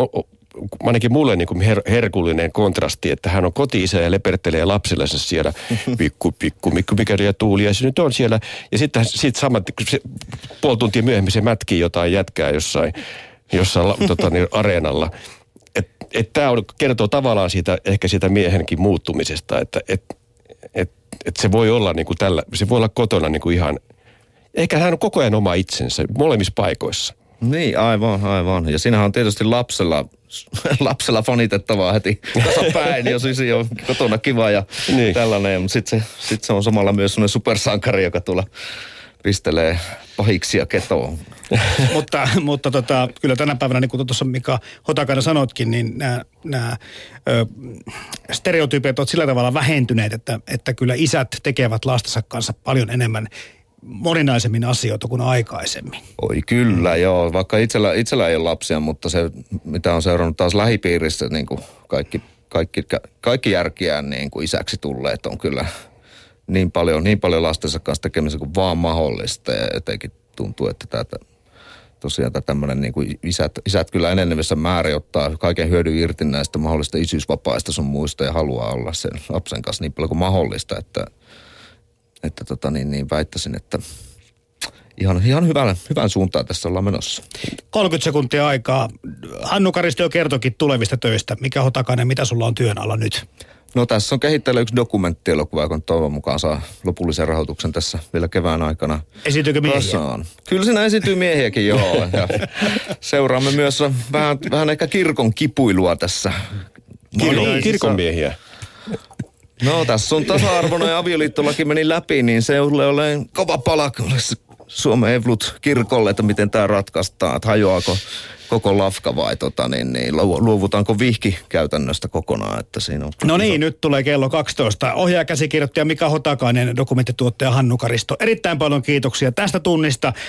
Speaker 3: ainakin mulle niin kuin her, herkullinen kontrasti, että hän on koti-isä ja lepertelee lapsillensa siellä pikku, pikku, mikku, mikä ja tuuli, ja se nyt on siellä. Ja sitten sit samat, se, puoli tuntia myöhemmin se mätkii jotain jätkää jossain, jossain tota, niin, areenalla. Että et tämä kertoo tavallaan siitä, ehkä siitä miehenkin muuttumisesta, että et, et, et se voi olla niin kuin tällä, se voi olla kotona niin kuin ihan, ehkä hän on koko ajan oma itsensä molemmissa paikoissa.
Speaker 2: Niin, aivan, aivan. Ja siinähän on tietysti lapsella, lapsella fonitettavaa heti tasapäin, jos isi on kotona kiva ja niin. Tällainen. Mutta sitten se, sit se on samalla myös sellainen supersankari, joka tulla pistelee pahiksia ketoon.
Speaker 1: mutta mutta tota, kyllä tänä päivänä, niin kuin tuossa Mika Hotakainen sanoitkin, niin nämä stereotypiat ovat sillä tavalla vähentyneet, että, että kyllä isät tekevät lastensa kanssa paljon enemmän moninaisemmin asioita kuin aikaisemmin.
Speaker 2: Oi kyllä, joo. Vaikka itsellä, itsellä ei ole lapsia, mutta se, mitä on seurannut taas lähipiirissä, niin kuin kaikki, kaikki, kaikki järkiään niin kuin isäksi tulleet on kyllä niin paljon, niin paljon lastensa kanssa tekemisen kuin vaan mahdollista. Ja jotenkin tuntuu, että tätä, tosiaan tämmöinen niin kuin isät, isät kyllä enenevissä määrin ottaa kaiken hyödyn irti näistä mahdollista isyysvapaista sun muista ja haluaa olla sen lapsen kanssa niin paljon kuin mahdollista, että Että tota niin, niin väittäisin, että ihan, ihan hyvän, hyvän suuntaan tässä ollaan menossa.
Speaker 1: kolmekymmentä sekuntia aikaa. Hannu Karisto jo kertoikin tulevista töistä. Mikä Hotakainen, mitä sulla on työn alla nyt?
Speaker 2: No tässä on kehitteillä yksi dokumenttielokuva, joka toivon mukaan saa lopullisen rahoituksen tässä vielä kevään aikana.
Speaker 1: Esiintyykö miehiä?
Speaker 2: Kasaan. Kyllä siinä esiintyy miehiäkin, joo. Ja seuraamme myös vähän, vähän ehkä kirkon kipuilua tässä.
Speaker 3: Kirkon, kirkon miehiä.
Speaker 2: No tässä on tasa-arvoinen ja avioliittolaki meni läpi, niin se ole kova pala Suomen Evlut kirkolle, että miten tämä ratkaistaan, että hajoaako koko lafka vai tota, niin, niin, luovutaanko vihki käytännöstä kokonaan, että siinä on...
Speaker 1: No niin, nyt tulee kello kaksitoista. Ohjaaja käsikirjoittaja Mika Hotakainen, dokumenttituottaja Hannu Karisto. Erittäin paljon kiitoksia tästä tunnista.